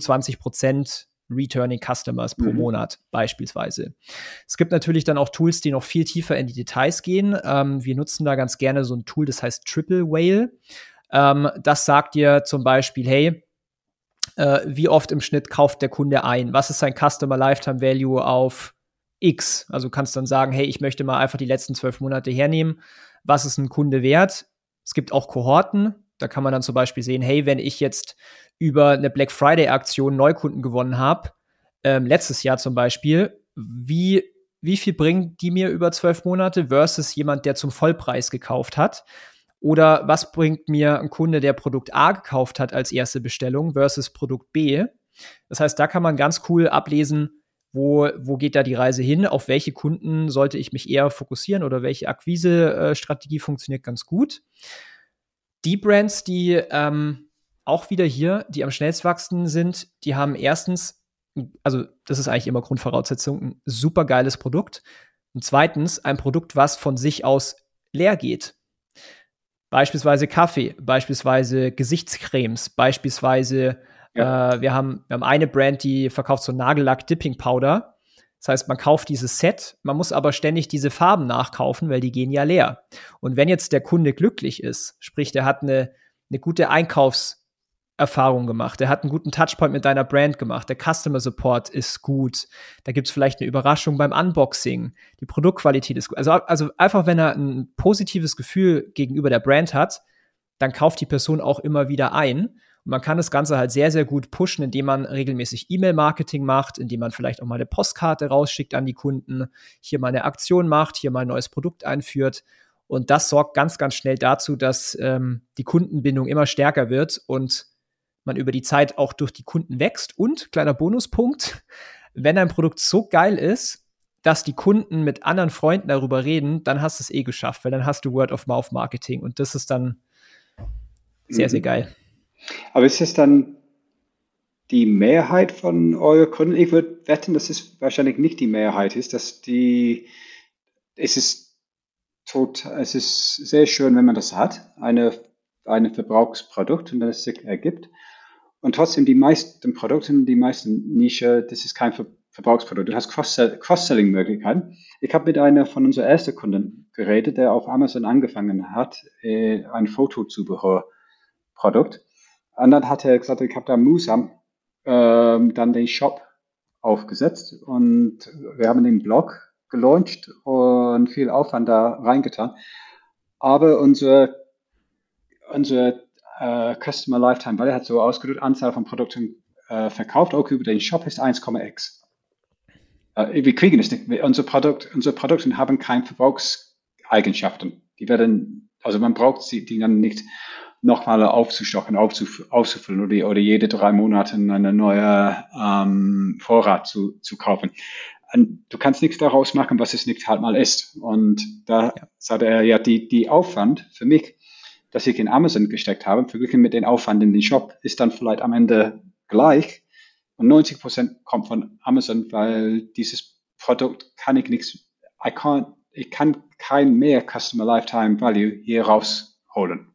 25% Returning Customers pro Monat beispielsweise. Es gibt natürlich dann auch Tools, die noch viel tiefer in die Details gehen. Wir nutzen da ganz gerne so ein Tool, das heißt Triple Whale. Das sagt dir zum Beispiel, hey, wie oft im Schnitt kauft der Kunde ein? Was ist sein Customer Lifetime Value auf X? Also du kannst dann sagen, hey, ich möchte mal einfach die letzten 12 Monate hernehmen. Was ist ein Kunde wert? Es gibt auch Kohorten. Da kann man dann zum Beispiel sehen, hey, wenn ich jetzt über eine Black Friday-Aktion Neukunden gewonnen habe, letztes Jahr zum Beispiel, wie viel bringen die mir über 12 Monate versus jemand, der zum Vollpreis gekauft hat? Oder was bringt mir ein Kunde, der Produkt A gekauft hat als erste Bestellung versus Produkt B? Das heißt, da kann man ganz cool ablesen, wo geht da die Reise hin, auf welche Kunden sollte ich mich eher fokussieren oder welche Akquise-Strategie funktioniert ganz gut. Die Brands, die auch wieder hier, die am schnellst wachsen sind, die haben erstens, also das ist eigentlich immer Grundvoraussetzung, ein super geiles Produkt. Und zweitens ein Produkt, was von sich aus leer geht. Beispielsweise Kaffee, beispielsweise Gesichtscremes, beispielsweise wir haben eine Brand, die verkauft so Nagellack-Dipping-Powder. Das heißt, man kauft dieses Set, man muss aber ständig diese Farben nachkaufen, weil die gehen ja leer. Und wenn jetzt der Kunde glücklich ist, sprich, der hat eine gute Erfahrung gemacht, der hat einen guten Touchpoint mit deiner Brand gemacht, der Customer Support ist gut, da gibt es vielleicht eine Überraschung beim Unboxing, die Produktqualität ist gut. Also einfach, wenn er ein positives Gefühl gegenüber der Brand hat, dann kauft die Person auch immer wieder ein. Und man kann das Ganze halt sehr, sehr gut pushen, indem man regelmäßig E-Mail-Marketing macht, indem man vielleicht auch mal eine Postkarte rausschickt an die Kunden, hier mal eine Aktion macht, hier mal ein neues Produkt einführt. Und das sorgt ganz, ganz schnell dazu, dass die Kundenbindung immer stärker wird und man über die Zeit auch durch die Kunden wächst. Und, kleiner Bonuspunkt, wenn ein Produkt so geil ist, dass die Kunden mit anderen Freunden darüber reden, dann hast du es eh geschafft, weil dann hast du Word-of-Mouth-Marketing und das ist dann sehr, sehr geil. Aber ist es dann die Mehrheit von euren Kunden? Ich würde wetten, dass es wahrscheinlich nicht die Mehrheit ist, es ist es ist sehr schön, wenn man das hat, eine Verbrauchsprodukt und das sich ergibt. Und trotzdem die meisten Produkte, die meisten Nische, das ist kein Verbrauchsprodukt. Du hast Cross-Selling-Möglichkeiten. Ich habe mit einer von unseren ersten Kunden geredet, der auf Amazon angefangen hat, ein Fotozubehörprodukt. Und dann hat er gesagt, ich habe da mühsam dann den Shop aufgesetzt und wir haben den Blog gelauncht und viel Aufwand da reingetan. Aber unsere Customer Lifetime Value hat so ausgedrückt, Anzahl von Produkten verkauft, auch über den Shop ist 1,x. Wir kriegen es nicht. Unsere Produkte haben keine Verbrauchseigenschaften. Also man braucht die dann nicht nochmal aufzustocken, aufzufüllen oder jede 3 Monate eine neue Vorrat zu kaufen. Und du kannst nichts daraus machen, was es nicht halt mal ist. Und da sagte er, ja, die Aufwand für mich, dass ich in Amazon gesteckt habe, verglichen mit dem Aufwand in den Shop, ist dann vielleicht am Ende gleich. Und 90% kommt von Amazon, weil dieses Produkt kann ich nichts, ich kann kein mehr Customer Lifetime Value hier rausholen.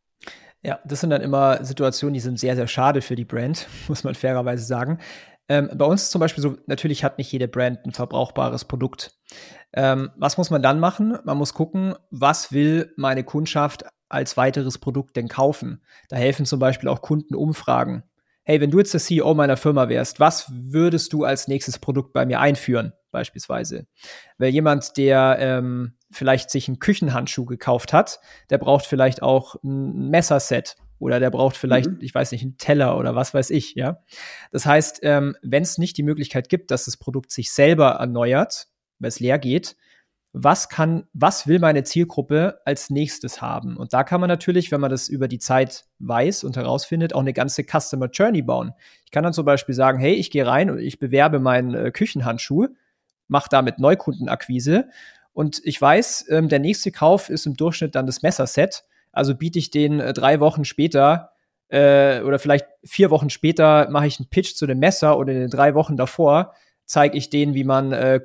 Ja, das sind dann immer Situationen, die sind sehr, sehr schade für die Brand, muss man fairerweise sagen. Bei uns ist zum Beispiel so, natürlich hat nicht jede Brand ein verbrauchbares Produkt. Was muss man dann machen? Man muss gucken, was will meine Kundschaft als weiteres Produkt denn kaufen? Da helfen zum Beispiel auch Kundenumfragen. Hey, wenn du jetzt der CEO meiner Firma wärst, was würdest du als nächstes Produkt bei mir einführen, beispielsweise? Weil jemand, der vielleicht sich einen Küchenhandschuh gekauft hat, der braucht vielleicht auch ein Messerset oder der braucht vielleicht, ich weiß nicht, einen Teller oder was weiß ich, ja. Das heißt, wenn es nicht die Möglichkeit gibt, dass das Produkt sich selber erneuert, weil es leer geht, was will meine Zielgruppe als nächstes haben? Und da kann man natürlich, wenn man das über die Zeit weiß und herausfindet, auch eine ganze Customer Journey bauen. Ich kann dann zum Beispiel sagen, hey, ich gehe rein und ich bewerbe meinen Küchenhandschuh, mache damit Neukundenakquise und ich weiß, der nächste Kauf ist im Durchschnitt dann das Messerset. Also biete ich den 3 Wochen später oder vielleicht 4 Wochen später mache ich einen Pitch zu dem Messer oder in den 3 Wochen davor zeige ich denen, wie man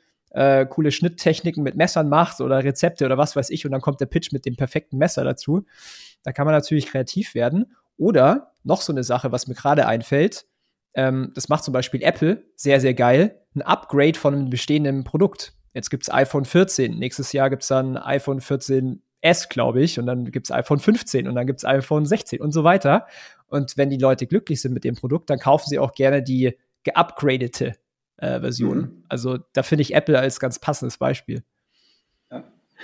coole Schnitttechniken mit Messern macht oder Rezepte oder was weiß ich und dann kommt der Pitch mit dem perfekten Messer dazu. Da kann man natürlich kreativ werden. Oder noch so eine Sache, was mir gerade einfällt, das macht zum Beispiel Apple sehr, sehr geil, ein Upgrade von einem bestehenden Produkt. Jetzt gibt's iPhone 14, nächstes Jahr gibt's dann iPhone 14S, glaube ich, und dann gibt's iPhone 15 und dann gibt's iPhone 16 und so weiter. Und wenn die Leute glücklich sind mit dem Produkt, dann kaufen sie auch gerne die geupgradete Version. Also da finde ich Apple als ganz passendes Beispiel. Ja.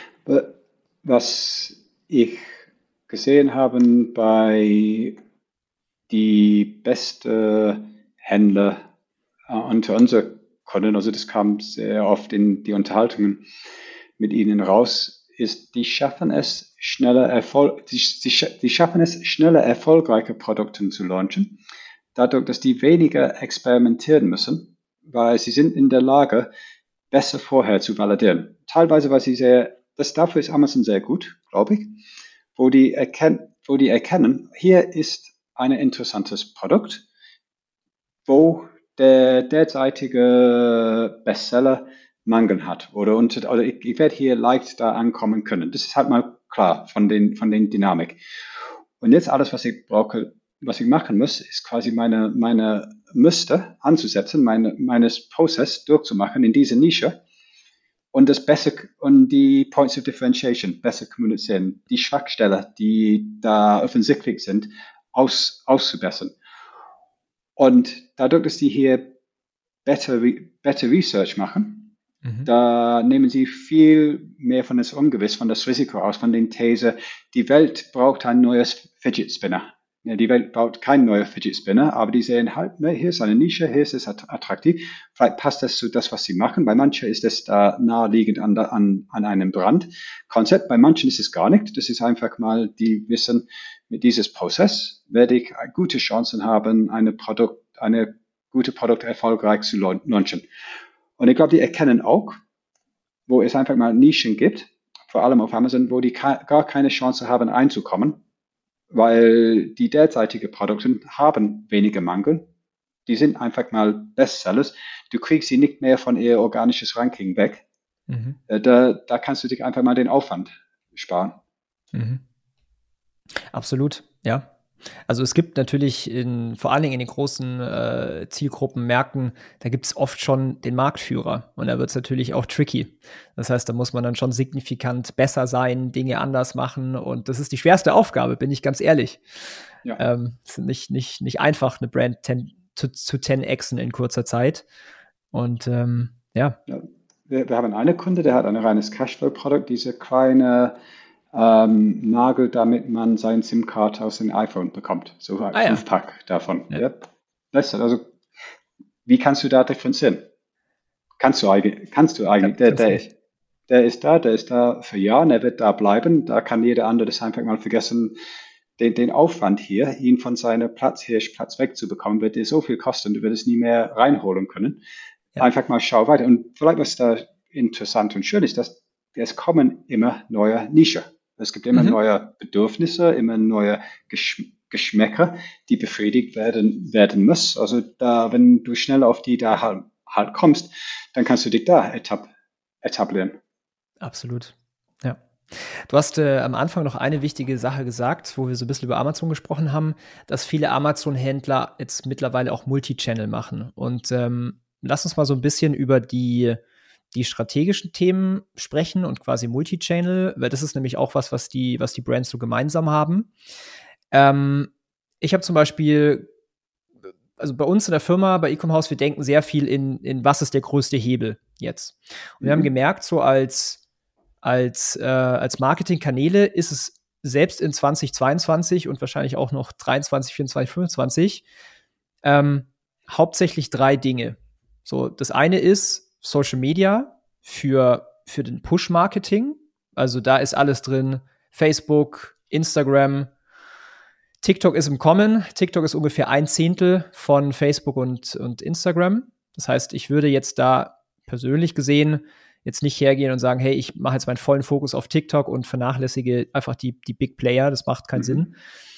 Was ich gesehen habe bei die beste Händler unter unseren Kunden, also das kam sehr oft in die Unterhaltungen mit ihnen raus, ist, die schaffen es schneller erfolgreiche Produkte zu launchen, dadurch, dass die weniger experimentieren müssen, weil sie sind in der Lage, besser vorher zu validieren. Teilweise, weil dafür ist Amazon sehr gut, glaube ich, wo die erkennen, hier ist ein interessantes Produkt, wo der derzeitige Bestseller Mangel hat oder ich werde hier leicht da ankommen können. Das ist halt mal klar von den Dynamik. Und jetzt alles, was ich brauche, was ich machen muss, ist quasi meine Muster anzusetzen, meines Prozess durchzumachen in diese Nische und die Points of Differentiation besser kommunizieren, die Schwachstellen, die da offensichtlich sind, auszubessern. Und dadurch, dass die hier better Research machen, da nehmen sie viel mehr von das Ungewiss, von das Risiko aus, von den These, die Welt braucht ein neues Fidget Spinner. Ja, die Welt braucht kein neuer Fidget Spinner, aber die sehen halt, ne, hier ist eine Nische, hier ist es attraktiv. Vielleicht passt das zu das, was sie machen. Bei manchen ist es da naheliegend an einem Brandkonzept. Bei manchen ist es gar nicht. Das ist einfach mal, die wissen, mit dieses Prozess werde ich gute Chancen haben, eine gute Produkt erfolgreich zu launchen. Und ich glaube, die erkennen auch, wo es einfach mal Nischen gibt, vor allem auf Amazon, wo die gar keine Chance haben einzukommen, weil die derzeitigen Produkte haben weniger Mangel. Die sind einfach mal Bestsellers. Du kriegst sie nicht mehr von ihr organisches Ranking weg. Da kannst du dich einfach mal den Aufwand sparen. Absolut, ja. Also es gibt natürlich vor allen Dingen in den großen Zielgruppenmärkten, da gibt es oft schon den Marktführer und da wird es natürlich auch tricky. Das heißt, da muss man dann schon signifikant besser sein, Dinge anders machen und das ist die schwerste Aufgabe, bin ich ganz ehrlich. Ja. Es ist nicht einfach, eine Brand zu 10xen in kurzer Zeit und ja. Wir haben einen Kunde, der hat ein reines Cashflow-Produkt, diese kleine Nagel, damit man seine SIM-Card aus dem iPhone bekommt. So ein 5-Pack davon. Ja. Ja. Also, wie kannst du da differenzieren? Kannst du eigentlich. Der ist da für Jahre, er wird da bleiben. Da kann jeder andere das einfach mal vergessen. Den Aufwand hier, ihn von seinem Platz wegzubekommen, wird dir so viel kosten, du wirst es nie mehr reinholen können. Ja. Einfach mal schau weiter. Und vielleicht was da interessant und schön ist, dass es kommen immer neue Nischen. Es gibt immer neue Bedürfnisse, immer neue Geschmäcker, die befriedigt werden müssen. Also da, wenn du schnell auf die da halt kommst, dann kannst du dich da etablieren. Absolut, ja. Du hast am Anfang noch eine wichtige Sache gesagt, wo wir so ein bisschen über Amazon gesprochen haben, dass viele Amazon-Händler jetzt mittlerweile auch Multichannel machen. Und lass uns mal so ein bisschen über die strategischen Themen sprechen und quasi Multichannel, weil das ist nämlich auch was die Brands so gemeinsam haben. Ich habe zum Beispiel, also bei uns in der Firma, bei Ecomhouse, wir denken sehr viel in was ist der größte Hebel jetzt. Und wir haben gemerkt, so als Marketingkanäle ist es selbst in 2022 und wahrscheinlich auch noch 23, 24, 25 hauptsächlich 3 Dinge. So, das eine ist Social Media für den Push-Marketing. Also da ist alles drin. Facebook, Instagram, TikTok ist im Kommen. TikTok ist ungefähr 1/10 von Facebook und Instagram. Das heißt, ich würde jetzt da persönlich gesehen jetzt nicht hergehen und sagen, hey, ich mache jetzt meinen vollen Fokus auf TikTok und vernachlässige einfach die Big Player. Das macht keinen Sinn.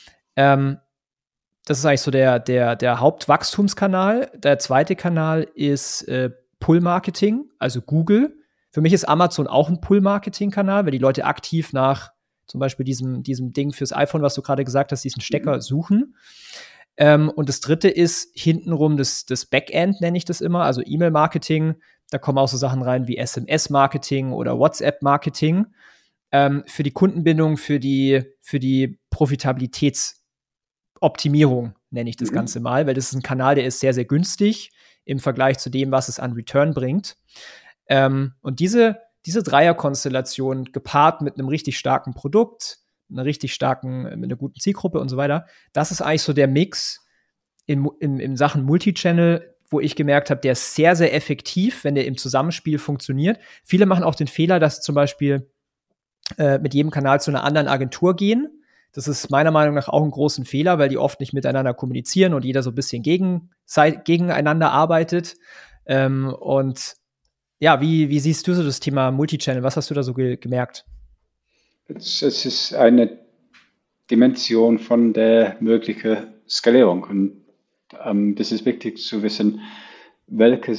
Das ist eigentlich so der Hauptwachstumskanal. Der zweite Kanal ist Pull-Marketing, also Google. Für mich ist Amazon auch ein Pull-Marketing-Kanal, weil die Leute aktiv nach zum Beispiel diesem Ding fürs iPhone, was du gerade gesagt hast, diesen Stecker suchen. Und das dritte ist hintenrum das Backend, nenne ich das immer, also E-Mail-Marketing. Da kommen auch so Sachen rein wie SMS-Marketing oder WhatsApp-Marketing. Für die Kundenbindung, für die Profitabilitätsoptimierung nenne ich das Ganze mal, weil das ist ein Kanal, der ist sehr, sehr günstig im Vergleich zu dem, was es an Return bringt. Und diese Dreierkonstellation gepaart mit einem richtig starken Produkt, mit einer guten Zielgruppe und so weiter, das ist eigentlich so der Mix in Sachen Multichannel, wo ich gemerkt habe, der ist sehr, sehr effektiv, wenn der im Zusammenspiel funktioniert. Viele machen auch den Fehler, dass sie zum Beispiel mit jedem Kanal zu einer anderen Agentur gehen. Das ist meiner Meinung nach auch ein großen Fehler, weil die oft nicht miteinander kommunizieren und jeder so ein bisschen gegeneinander arbeitet. Und ja, wie siehst du so das Thema Multichannel? Was hast du da so gemerkt? Es ist eine Dimension von der möglichen Skalierung. Und das ist wichtig zu wissen, welche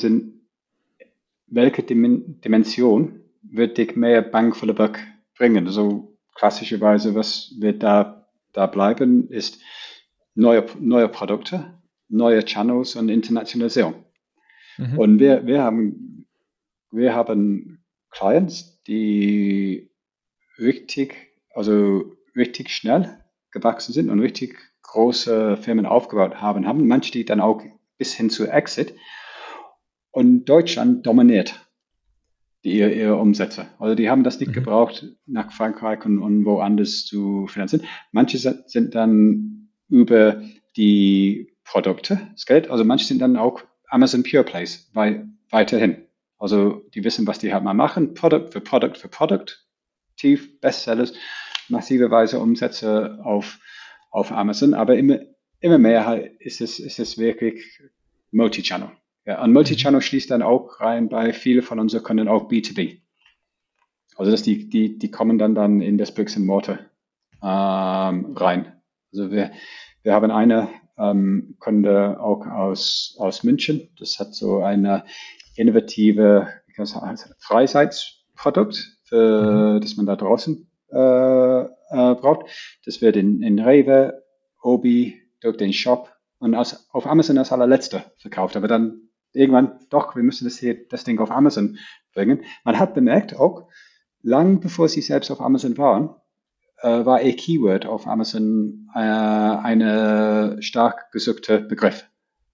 Dimension wird dich mehr Bang for the Buck bringen. Also klassischerweise, was wird da bleiben, ist neue Produkte, neue Channels und Internationalisierung. Und wir haben Clients, die richtig schnell gewachsen sind und richtig große Firmen aufgebaut haben manche die dann auch bis hin zu Exit. Und Deutschland dominiert ihre Umsätze. Also die haben das nicht gebraucht, nach Frankreich und woanders zu finanzieren. Manche sind dann über die Produkte das Geld, also manche sind dann auch Amazon Pure Plays weiterhin. Also die wissen, was die halt mal machen, Produkt für Produkt für Produkt, tief Bestsellers, massiverweise Umsätze auf Amazon, aber immer mehr halt ist es wirklich Multi-Channel. Ja, und Multi-Channel schließt dann auch rein bei vielen von unseren Kunden auch B2B. Also dass die kommen dann in das Bricks and Mortar rein. Also wir haben eine Kunde auch aus München. Das hat so eine innovative Freizeitprodukt, das man da draußen braucht. Das wird in Rewe, Obi, durch den Shop und auf Amazon als allerletzter verkauft. Aber dann irgendwann, doch, wir müssen das Ding auf Amazon bringen. Man hat bemerkt auch, lang bevor sie selbst auf Amazon waren, war a Keyword auf Amazon eine stark gesuchte Begriff.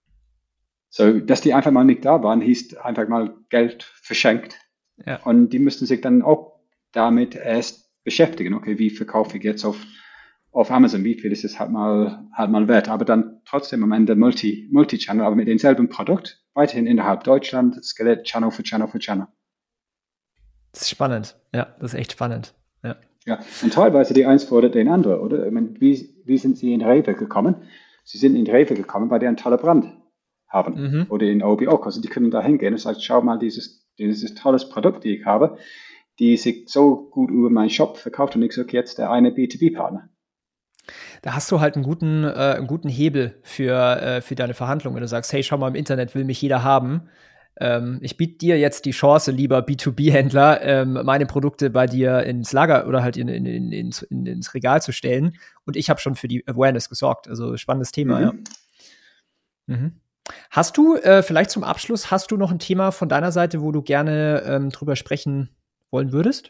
So, dass die einfach mal nicht da waren, hieß einfach mal Geld verschenkt. Ja. Und die müssten sich dann auch damit erst beschäftigen. Okay, wie verkaufe ich jetzt auf Amazon? Wie viel ist es halt mal wert? Aber dann trotzdem am Ende Multi-Channel, aber mit demselben Produkt, weiterhin innerhalb Deutschland, Skelett, Channel für Channel für Channel. Das ist spannend. Ja, das ist echt spannend. Ja. Ja, und teilweise die eins fordert den anderen, oder? Ich meine, wie sind Sie in Rewe gekommen? Sie sind in Rewe gekommen, weil die einen tollen Brand haben. Oder in Obi auch. Also die können da hingehen und sagen, schau mal, dieses tolles Produkt, die ich habe, die sich so gut über meinen Shop verkauft und ich suche jetzt der eine B2B-Partner. Da hast du halt einen guten Hebel für deine Verhandlungen. Wenn du sagst, hey, schau mal, im Internet will mich jeder haben. Ich biete dir jetzt die Chance, lieber B2B-Händler, meine Produkte bei dir ins Lager oder halt ins Regal zu stellen. Und ich habe schon für die Awareness gesorgt. Also spannendes Thema, ja. Hast du, vielleicht zum Abschluss, hast du noch ein Thema von deiner Seite, wo du gerne drüber sprechen wollen würdest?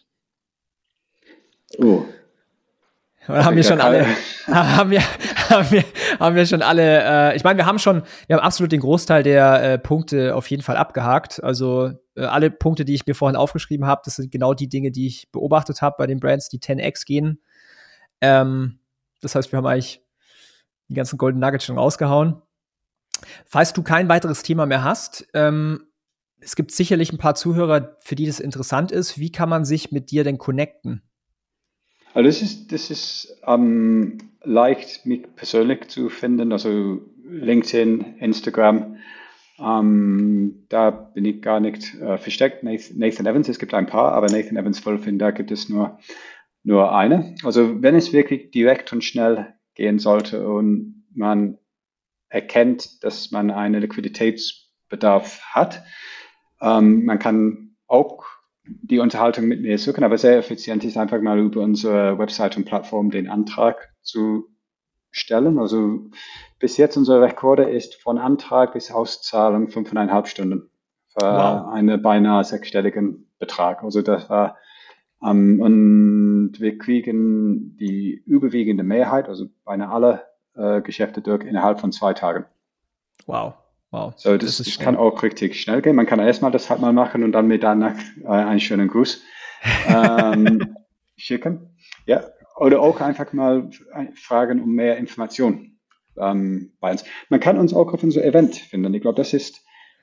Oh. Oder haben wir schon alle, haben wir schon alle, ich meine, wir haben absolut den Großteil der Punkte auf jeden Fall abgehakt. Also alle Punkte, die ich mir vorhin aufgeschrieben habe, das sind genau die Dinge, die ich beobachtet habe bei den Brands, die 10x gehen. Das heißt, wir haben eigentlich die ganzen Golden Nuggets schon rausgehauen. Falls du kein weiteres Thema mehr hast, es gibt sicherlich ein paar Zuhörer, für die das interessant ist. Wie kann man sich mit dir denn connecten? Also das ist leicht, mich persönlich zu finden, also LinkedIn, Instagram, da bin ich gar nicht versteckt. Nathan Evans, es gibt ein paar, aber Nathan Evans Wolfing, da gibt es nur eine. Also wenn es wirklich direkt und schnell gehen sollte und man erkennt, dass man einen Liquiditätsbedarf hat, man kann auch die Unterhaltung mit mir suchen, aber sehr effizient ist einfach mal über unsere Website und Plattform den Antrag zu stellen. Also bis jetzt unser Rekord ist von Antrag bis Auszahlung 5,5 Stunden für einen beinahe sechsstelligen Betrag. Also das war und wir kriegen die überwiegende Mehrheit, also beinahe alle Geschäfte durch innerhalb von 2 Tagen. Wow. So, das kann auch richtig schnell gehen. Man kann erstmal das halt mal machen und dann mir danach einen schönen Gruß schicken. Ja, oder auch einfach mal fragen um mehr Informationen bei uns. Man kann uns auch auf unser Event finden. Ich glaube, das ist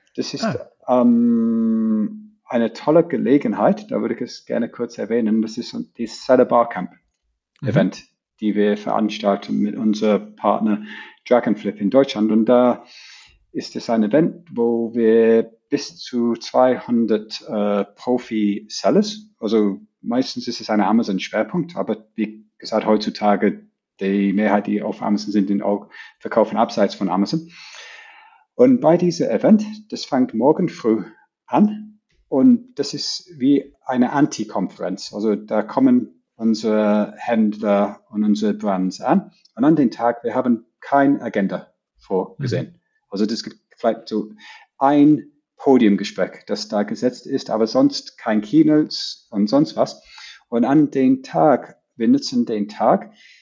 eine tolle Gelegenheit. Da würde ich es gerne kurz erwähnen. Das ist die Seller Barcamp Event, die wir veranstalten mit unserem Partner Dragonflip in Deutschland. Und da ist es ein Event, wo wir bis zu 200 Profi-Sellers, also meistens ist es ein Amazon-Schwerpunkt, aber wie gesagt, heutzutage die Mehrheit, die auf Amazon sind, auch verkaufen abseits von Amazon. Und bei diesem Event, das fängt morgen früh an und das ist wie eine Anti-Konferenz. Also da kommen unsere Händler und unsere Brands an und an den Tag, wir haben keine Agenda vorgesehen. Also das gibt vielleicht so ein Podiumgespräch, das da gesetzt ist, aber sonst kein Keynotes und sonst was. Und an den Tag, wir nutzen den Tag,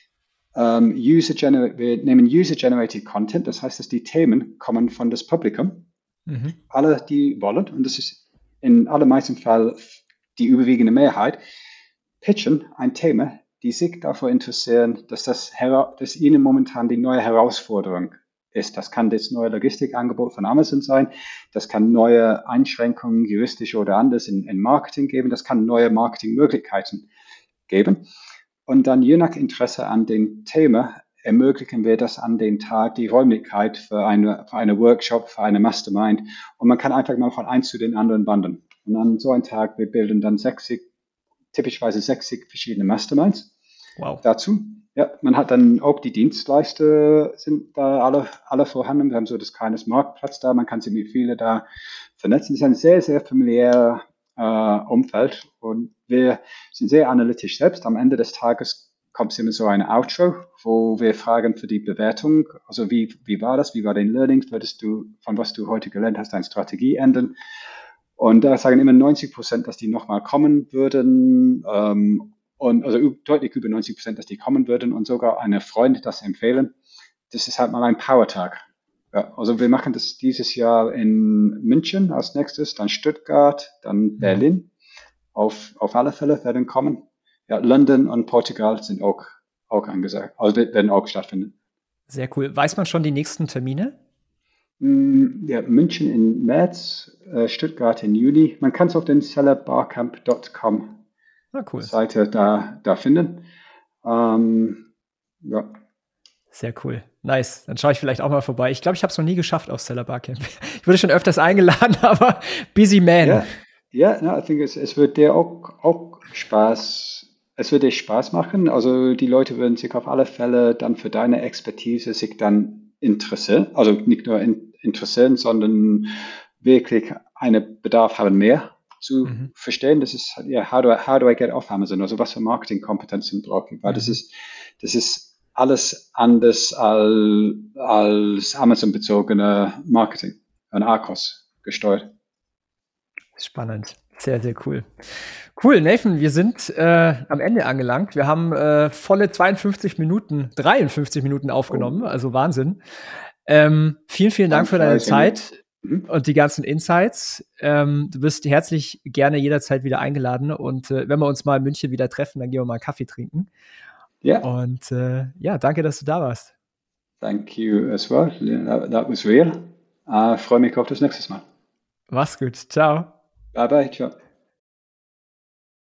Wir nehmen User-Generated Content, das heißt, dass die Themen kommen von das Publikum, alle, die wollen, und das ist in allermeisten Fällen die überwiegende Mehrheit, pitchen ein Thema, die sich dafür interessieren, dass ihnen momentan die neue Herausforderung ist. Das kann das neue Logistikangebot von Amazon sein, das kann neue Einschränkungen, juristisch oder anders, in Marketing geben, das kann neue Marketingmöglichkeiten geben. Und dann je nach Interesse an dem Thema ermöglichen wir das an den Tag, die Räumlichkeit für eine Workshop, für eine Mastermind. Und man kann einfach mal von eins zu den anderen wandern. Und an so einem Tag, wir bilden dann typischerweise 60 verschiedene Masterminds dazu. Ja, man hat dann auch die Dienstleister sind da alle vorhanden. Wir haben so das kleines Marktplatz da. Man kann sich mit vielen da vernetzen. Das ist ein sehr, sehr familiärer Umfeld und wir sind sehr analytisch selbst. Am Ende des Tages kommt immer so ein Outro, wo wir fragen für die Bewertung. Also wie war das? Wie war dein Learning? Würdest du von was du heute gelernt hast, deine Strategie ändern? Und da sagen immer 90%, dass die nochmal kommen würden. Und also deutlich über 90%, dass die kommen würden und sogar eine Freund das empfehlen. Das ist halt mal ein Power-Tag. Ja, also wir machen das dieses Jahr in München als nächstes, dann Stuttgart, dann Berlin. Auf alle Fälle werden kommen. Ja, London und Portugal sind auch angesagt, also werden auch stattfinden. Sehr cool. Weiß man schon die nächsten Termine? Ja, München im März, Stuttgart im Juni. Man kann es auf den sellerbarcamp.com cool. Seite da finden. Ja. Sehr cool. Nice. Dann schaue ich vielleicht auch mal vorbei. Ich glaube, ich habe es noch nie geschafft auf Seller Barcamp. Ich wurde schon öfters eingeladen, aber busy man. Ja, ich denke, es wird dir auch Spaß. Es wird dir Spaß machen. Also die Leute würden sich auf alle Fälle dann für deine Expertise sich dann interessieren. Also nicht nur interessieren, sondern wirklich einen Bedarf haben, mehr zu verstehen. Das ist how do I get off Amazon? Also was für Marketingkompetenzen brauche ich? Weil das ist alles anders als Amazon-bezogene Marketing und Arcos gesteuert. Spannend. Sehr, sehr cool. Cool, Nathan, wir sind am Ende angelangt. Wir haben volle 53 Minuten aufgenommen, also Wahnsinn. Vielen, vielen Dank für deine Zeit und die ganzen Insights. Du bist herzlich gerne jederzeit wieder eingeladen und wenn wir uns mal in München wieder treffen, dann gehen wir mal einen Kaffee trinken. Ja. Und danke, dass du da warst. Thank you as well. That was real. Freue mich auf das nächste Mal. Mach's gut. Ciao. Bye bye. Ciao.